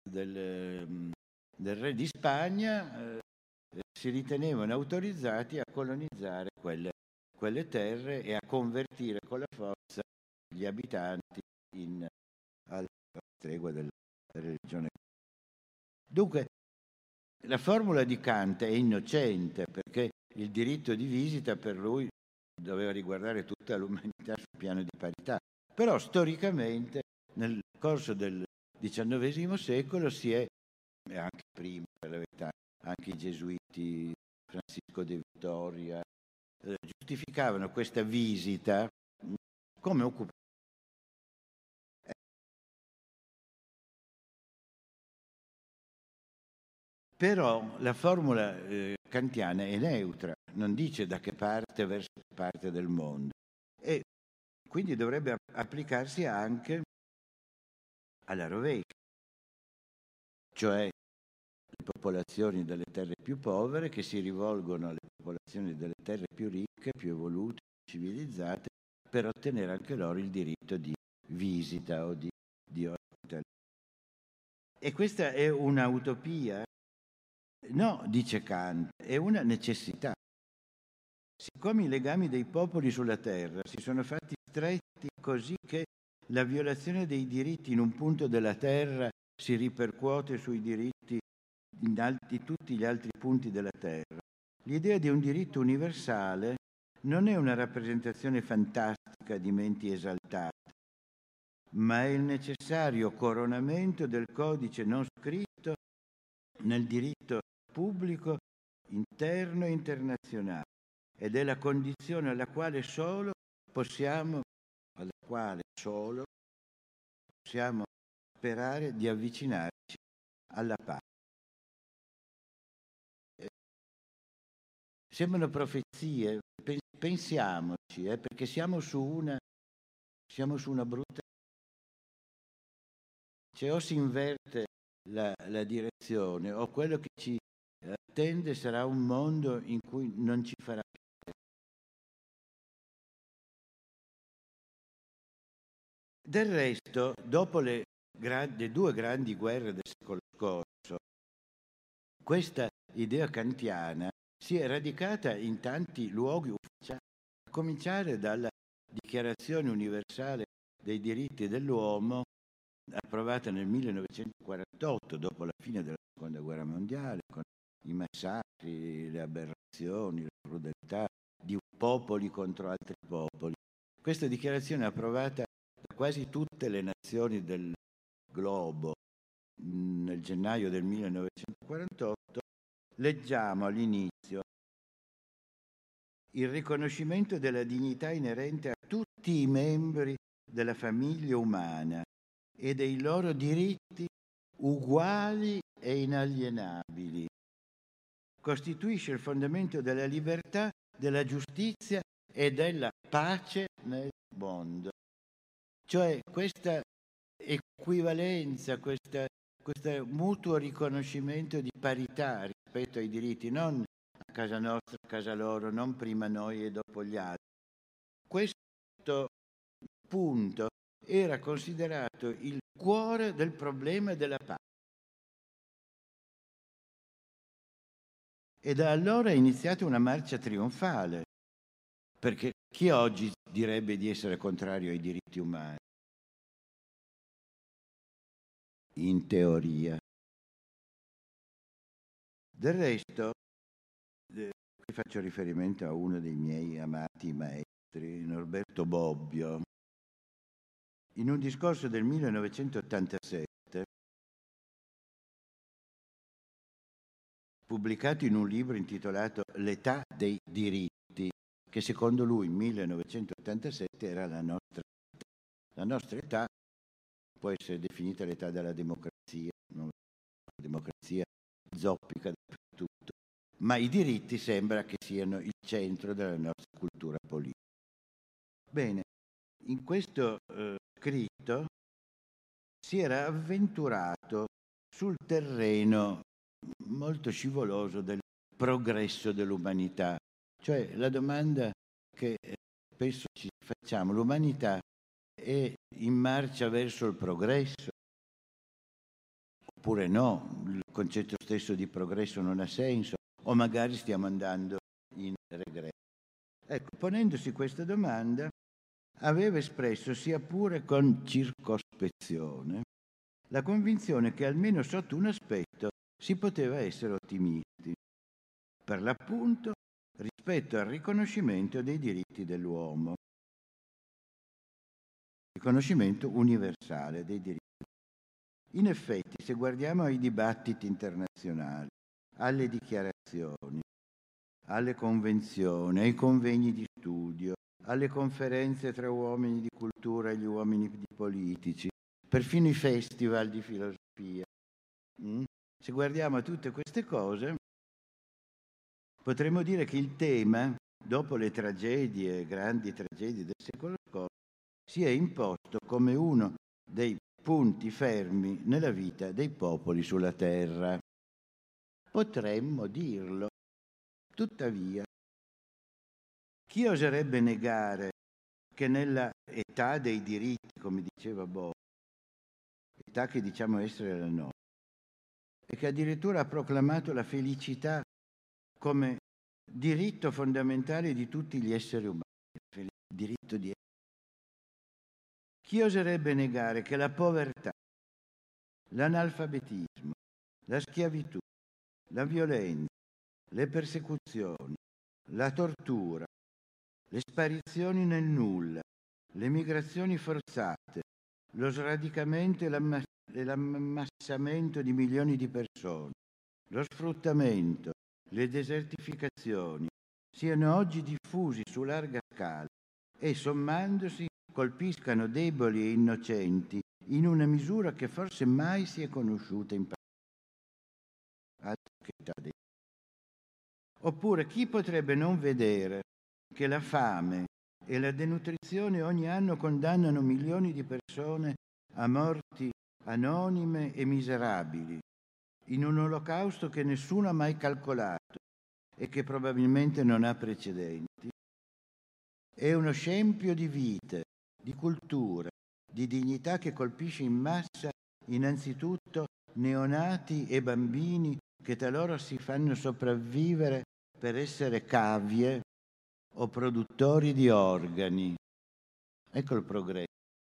re di Spagna si ritenevano autorizzati a colonizzare quelle terre e a convertire con la forza gli abitanti alla stregua della religione. Dunque, la formula di Kant è innocente perché il diritto di visita per lui doveva riguardare tutta l'umanità sul piano di parità. Però storicamente, nel corso del XIX secolo, e anche prima, per la verità, anche i gesuiti, Francisco de Vittoria, giustificavano questa visita come occupazione. Però la formula kantiana è neutra, non dice da che parte verso che parte del mondo e quindi dovrebbe applicarsi anche alla rovescia, cioè le popolazioni delle terre più povere che si rivolgono alle popolazioni delle terre più ricche, più evolute, civilizzate, per ottenere anche loro il diritto di visita o di ospitalità. E questa è una utopia? No, dice Kant, è una necessità. Siccome i legami dei popoli sulla terra si sono fatti stretti così che la violazione dei diritti in un punto della terra si ripercuote sui diritti in tutti gli altri punti della terra, l'idea di un diritto universale non è una rappresentazione fantastica di menti esaltate, ma è il necessario coronamento del codice non scritto nel diritto pubblico interno e internazionale ed è la condizione alla quale solo possiamo sperare di avvicinarci alla pace. Sembrano profezie, pensiamoci, perché siamo su una brutta. Cioè o si inverte la direzione o quello che ci attende sarà un mondo in cui non ci farà più. Del resto, dopo le due grandi guerre del secolo scorso, questa idea kantiana si è radicata in tanti luoghi ufficiali, a cominciare dalla Dichiarazione universale dei diritti dell'uomo approvata nel 1948, dopo la fine della Seconda Guerra Mondiale, con i massacri, le aberrazioni, la crudeltà di popoli contro altri popoli. Questa dichiarazione è approvata da quasi tutte le nazioni del globo nel gennaio del 1948, leggiamo all'inizio il riconoscimento della dignità inerente a tutti i membri della famiglia umana e dei loro diritti uguali e inalienabili. Costituisce il fondamento della libertà, della giustizia e della pace nel mondo. Cioè questa equivalenza, questo mutuo riconoscimento di parità rispetto ai diritti, non a casa nostra, a casa loro, non prima noi e dopo gli altri. Questo punto era considerato il cuore del problema della pace. E da allora è iniziata una marcia trionfale, perché chi oggi direbbe di essere contrario ai diritti umani? In teoria. Del resto, qui faccio riferimento a uno dei miei amati maestri, Norberto Bobbio. In un discorso del 1987, pubblicato in un libro intitolato L'età dei diritti, che secondo lui 1987 era la nostra età. La nostra età può essere definita l'età della democrazia, non la democrazia zoppica dappertutto, ma i diritti sembra che siano il centro della nostra cultura politica. Bene, in questo scritto si era avventurato sul terreno molto scivoloso del progresso dell'umanità, cioè la domanda che spesso ci facciamo: l'umanità è in marcia verso il progresso oppure no? Il concetto stesso di progresso non ha senso, o magari stiamo andando in regresso. Ecco, ponendosi questa domanda, aveva espresso, sia pure con circospezione, la convinzione che almeno sotto un aspetto si poteva essere ottimisti, per l'appunto rispetto al riconoscimento dei diritti dell'uomo, riconoscimento universale dei diritti. In effetti, se guardiamo ai dibattiti internazionali, alle dichiarazioni, alle convenzioni, ai convegni di studio, alle conferenze tra uomini di cultura e gli uomini politici, perfino i festival di filosofia, se guardiamo a tutte queste cose, potremmo dire che il tema, dopo le tragedie, grandi tragedie del secolo scorso, si è imposto come uno dei punti fermi nella vita dei popoli sulla terra. Potremmo dirlo. Tuttavia, chi oserebbe negare che nella età dei diritti, come diceva Bob, età che diciamo essere la nostra, e che addirittura ha proclamato la felicità come diritto fondamentale di tutti gli esseri umani, il diritto di essere. Chi oserebbe negare che la povertà, l'analfabetismo, la schiavitù, la violenza, le persecuzioni, la tortura, le sparizioni nel nulla, le migrazioni forzate, lo sradicamento e l'ammassamento di milioni di persone, lo sfruttamento, le desertificazioni, siano oggi diffusi su larga scala e, sommandosi, colpiscano deboli e innocenti in una misura che forse mai si è conosciuta in passato. Oppure chi potrebbe non vedere che la fame e la denutrizione ogni anno condannano milioni di persone a morti anonime e miserabili, in un olocausto che nessuno ha mai calcolato e che probabilmente non ha precedenti? È uno scempio di vite, di cultura, di dignità che colpisce in massa innanzitutto neonati e bambini che talora si fanno sopravvivere per essere cavie o produttori di organi. Ecco il progresso.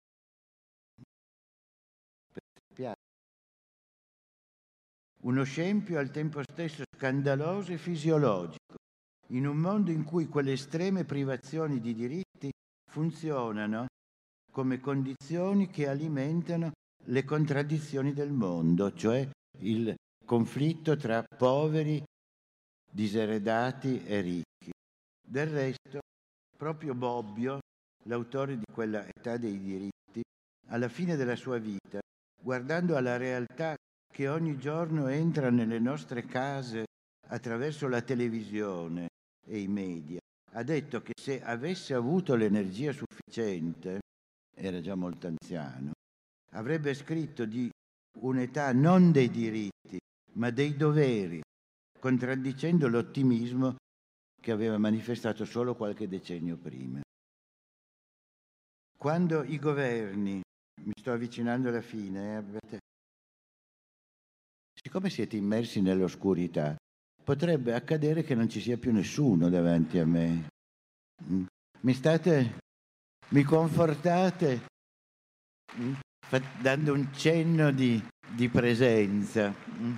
Uno scempio al tempo stesso scandaloso e fisiologico, in un mondo in cui quelle estreme privazioni di diritti funzionano come condizioni che alimentano le contraddizioni del mondo, cioè il conflitto tra poveri, diseredati e ricchi. Del resto, proprio Bobbio, l'autore di quella Età dei diritti, alla fine della sua vita, guardando alla realtà che ogni giorno entra nelle nostre case attraverso la televisione e i media, ha detto che se avesse avuto l'energia sufficiente, era già molto anziano, avrebbe scritto di un'età non dei diritti, ma dei doveri, contraddicendo l'ottimismo che aveva manifestato solo qualche decennio prima. Quando i governi, mi sto avvicinando alla fine, siccome siete immersi nell'oscurità, potrebbe accadere che non ci sia più nessuno davanti a me. Mi confortate dando un cenno di presenza.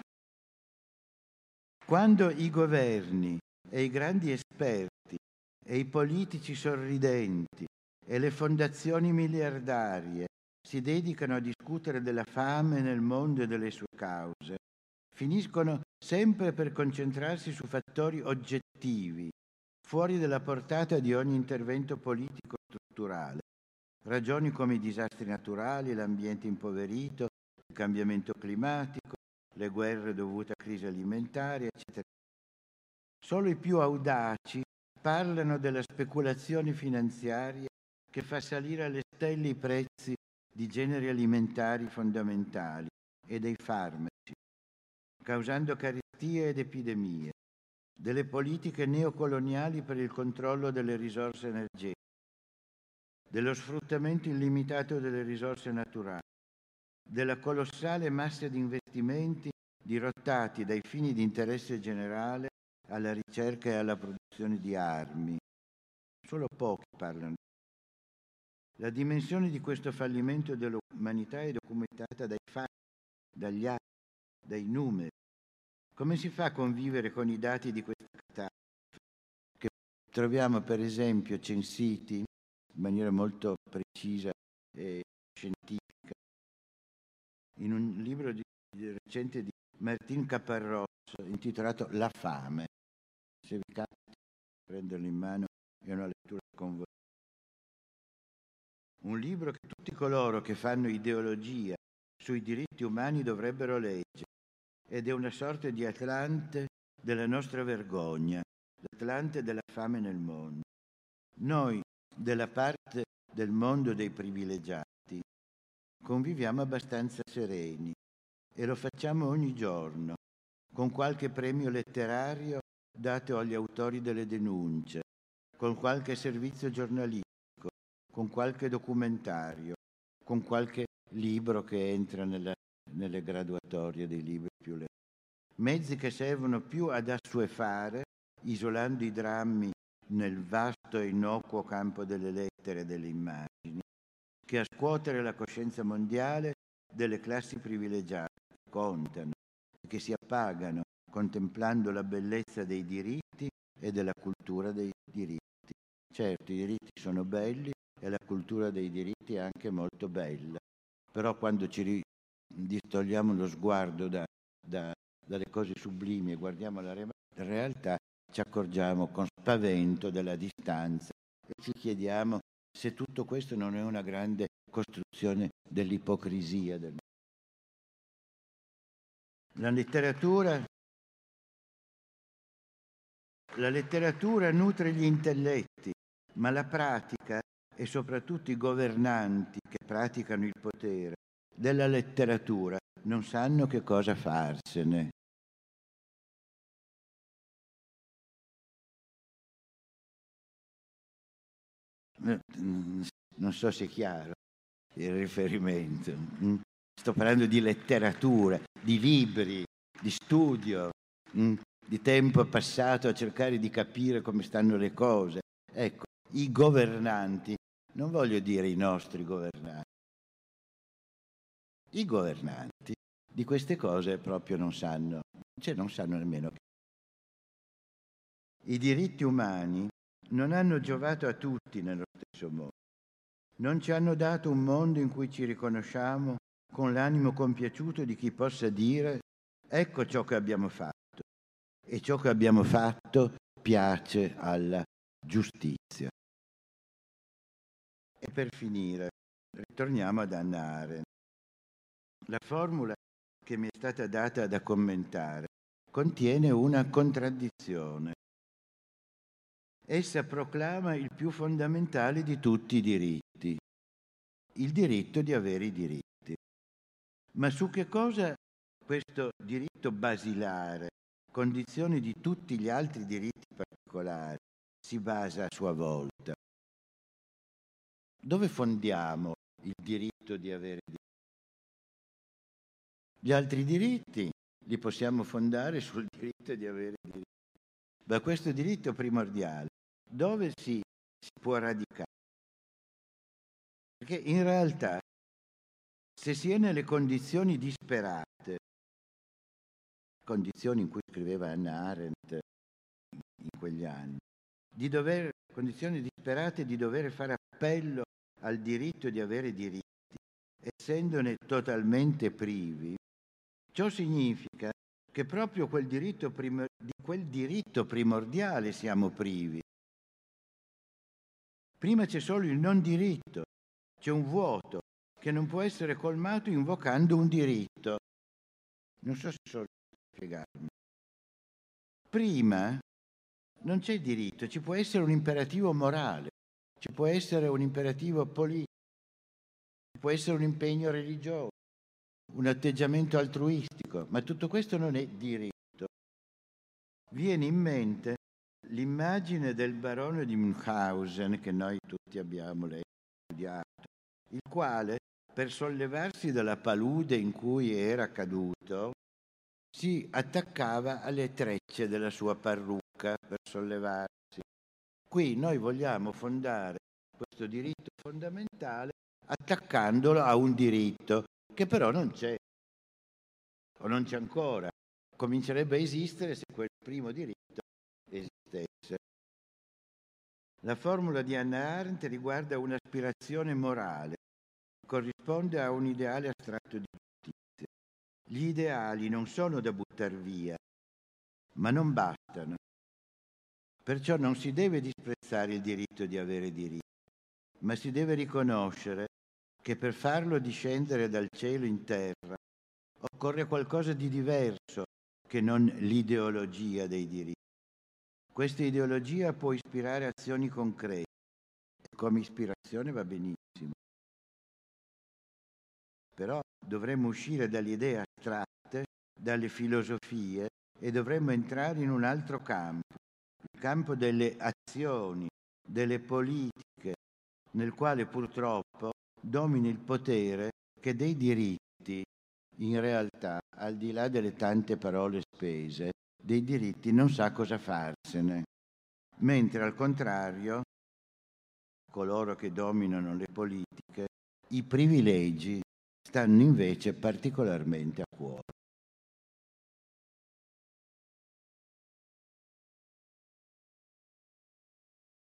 Quando i governi e i grandi esperti e i politici sorridenti e le fondazioni miliardarie si dedicano a discutere della fame nel mondo e delle sue cause, finiscono sempre per concentrarsi su fattori oggettivi, fuori dalla portata di ogni intervento politico strutturale. Ragioni come i disastri naturali, l'ambiente impoverito, il cambiamento climatico, le guerre dovute a crisi alimentari, eccetera. Solo i più audaci parlano della speculazione finanziaria che fa salire alle stelle i prezzi di generi alimentari fondamentali e dei farmaci, causando carestie ed epidemie, delle politiche neocoloniali per il controllo delle risorse energetiche, dello sfruttamento illimitato delle risorse naturali, della colossale massa di investimenti dirottati dai fini di interesse generale alla ricerca e alla produzione di armi. Solo pochi parlano. La dimensione di questo fallimento dell'umanità è documentata dai fatti, dagli atti, dai numeri. Come si fa a convivere con i dati di questa catastrofe, che troviamo per esempio censiti in maniera molto precisa e scientifica in un libro recente di Martin Caparrós intitolato La fame? Se vi capita, prenderlo in mano, è una lettura con voi. Un libro che tutti coloro che fanno ideologia sui diritti umani dovrebbero leggere, ed è una sorta di Atlante della nostra vergogna, l'Atlante della fame nel mondo. Noi, della parte del mondo dei privilegiati, conviviamo abbastanza sereni e lo facciamo ogni giorno, con qualche premio letterario dato agli autori delle denunce, con qualche servizio giornalistico, con qualche documentario, con qualche libro che entra nelle graduatorie dei libri più letti. Mezzi che servono più ad assuefare, isolando i drammi nel vasto e innocuo campo delle lettere e delle immagini, che a scuotere la coscienza mondiale delle classi privilegiate che contano e che si appagano contemplando la bellezza dei diritti e della cultura dei diritti. Certo, i diritti sono belli e la cultura dei diritti è anche molto bella, però quando ci distogliamo lo sguardo dalle cose sublimi e guardiamo la realtà, ci accorgiamo con spavento della distanza e ci chiediamo se tutto questo non è una grande costruzione dell'ipocrisia del mondo. La letteratura nutre gli intelletti, ma la pratica e soprattutto i governanti che praticano il potere della letteratura non sanno che cosa farsene. Non so se è chiaro il riferimento. Sto parlando di letteratura, di libri, di studio, di tempo passato a cercare di capire come stanno le cose. Ecco, i governanti, non voglio dire i nostri governanti, i governanti di queste cose proprio non sanno, cioè non sanno nemmeno che i diritti umani non hanno giovato a tutti nello stesso modo. Non ci hanno dato un mondo in cui ci riconosciamo con l'animo compiaciuto di chi possa dire: ecco ciò che abbiamo fatto, e ciò che abbiamo fatto piace alla giustizia. E per finire, ritorniamo ad Hannah Arendt. La formula che mi è stata data da commentare contiene una contraddizione. Essa proclama il più fondamentale di tutti i diritti, il diritto di avere i diritti. Ma su che cosa questo diritto basilare, condizione di tutti gli altri diritti particolari, si basa a sua volta? Dove fondiamo il diritto di avere diritti? Gli altri diritti li possiamo fondare sul diritto di avere diritti. Ma questo diritto primordiale, dove si può radicare? Perché in realtà, se si è nelle condizioni disperate, condizioni in cui scriveva Hannah Arendt in quegli anni, condizioni disperate di dover fare appello al diritto di avere diritti, essendone totalmente privi, ciò significa che proprio di quel diritto primordiale siamo privi. Prima c'è solo il non diritto, c'è un vuoto che non può essere colmato invocando un diritto. Non so se so spiegarmi. Prima non c'è diritto, ci può essere un imperativo morale, ci può essere un imperativo politico, ci può essere un impegno religioso, un atteggiamento altruistico, ma tutto questo non è diritto. Viene in mente l'immagine del barone di Münchhausen che noi tutti abbiamo letto e studiato, il quale, per sollevarsi dalla palude in cui era caduto, si attaccava alle trecce della sua parrucca per sollevarsi. Qui noi vogliamo fondare questo diritto fondamentale attaccandolo a un diritto che però non c'è, o non c'è ancora. Comincerebbe a esistere se quel primo diritto esistesse. La formula di Hannah Arendt riguarda un'aspirazione morale, corrisponde a un ideale astratto di giustizia. Gli ideali non sono da buttar via, ma non bastano. Perciò non si deve disprezzare il diritto di avere diritti, ma si deve riconoscere che per farlo discendere dal cielo in terra occorre qualcosa di diverso che non l'ideologia dei diritti. Questa ideologia può ispirare azioni concrete e come ispirazione va benissimo. Però dovremmo uscire dalle idee astratte, dalle filosofie e dovremmo entrare in un altro campo, il campo delle azioni, delle politiche, nel quale purtroppo domina il potere che dei diritti, in realtà, al di là delle tante parole spese, dei diritti non sa cosa farsene, mentre al contrario, coloro che dominano le politiche, i privilegi stanno invece particolarmente a cuore.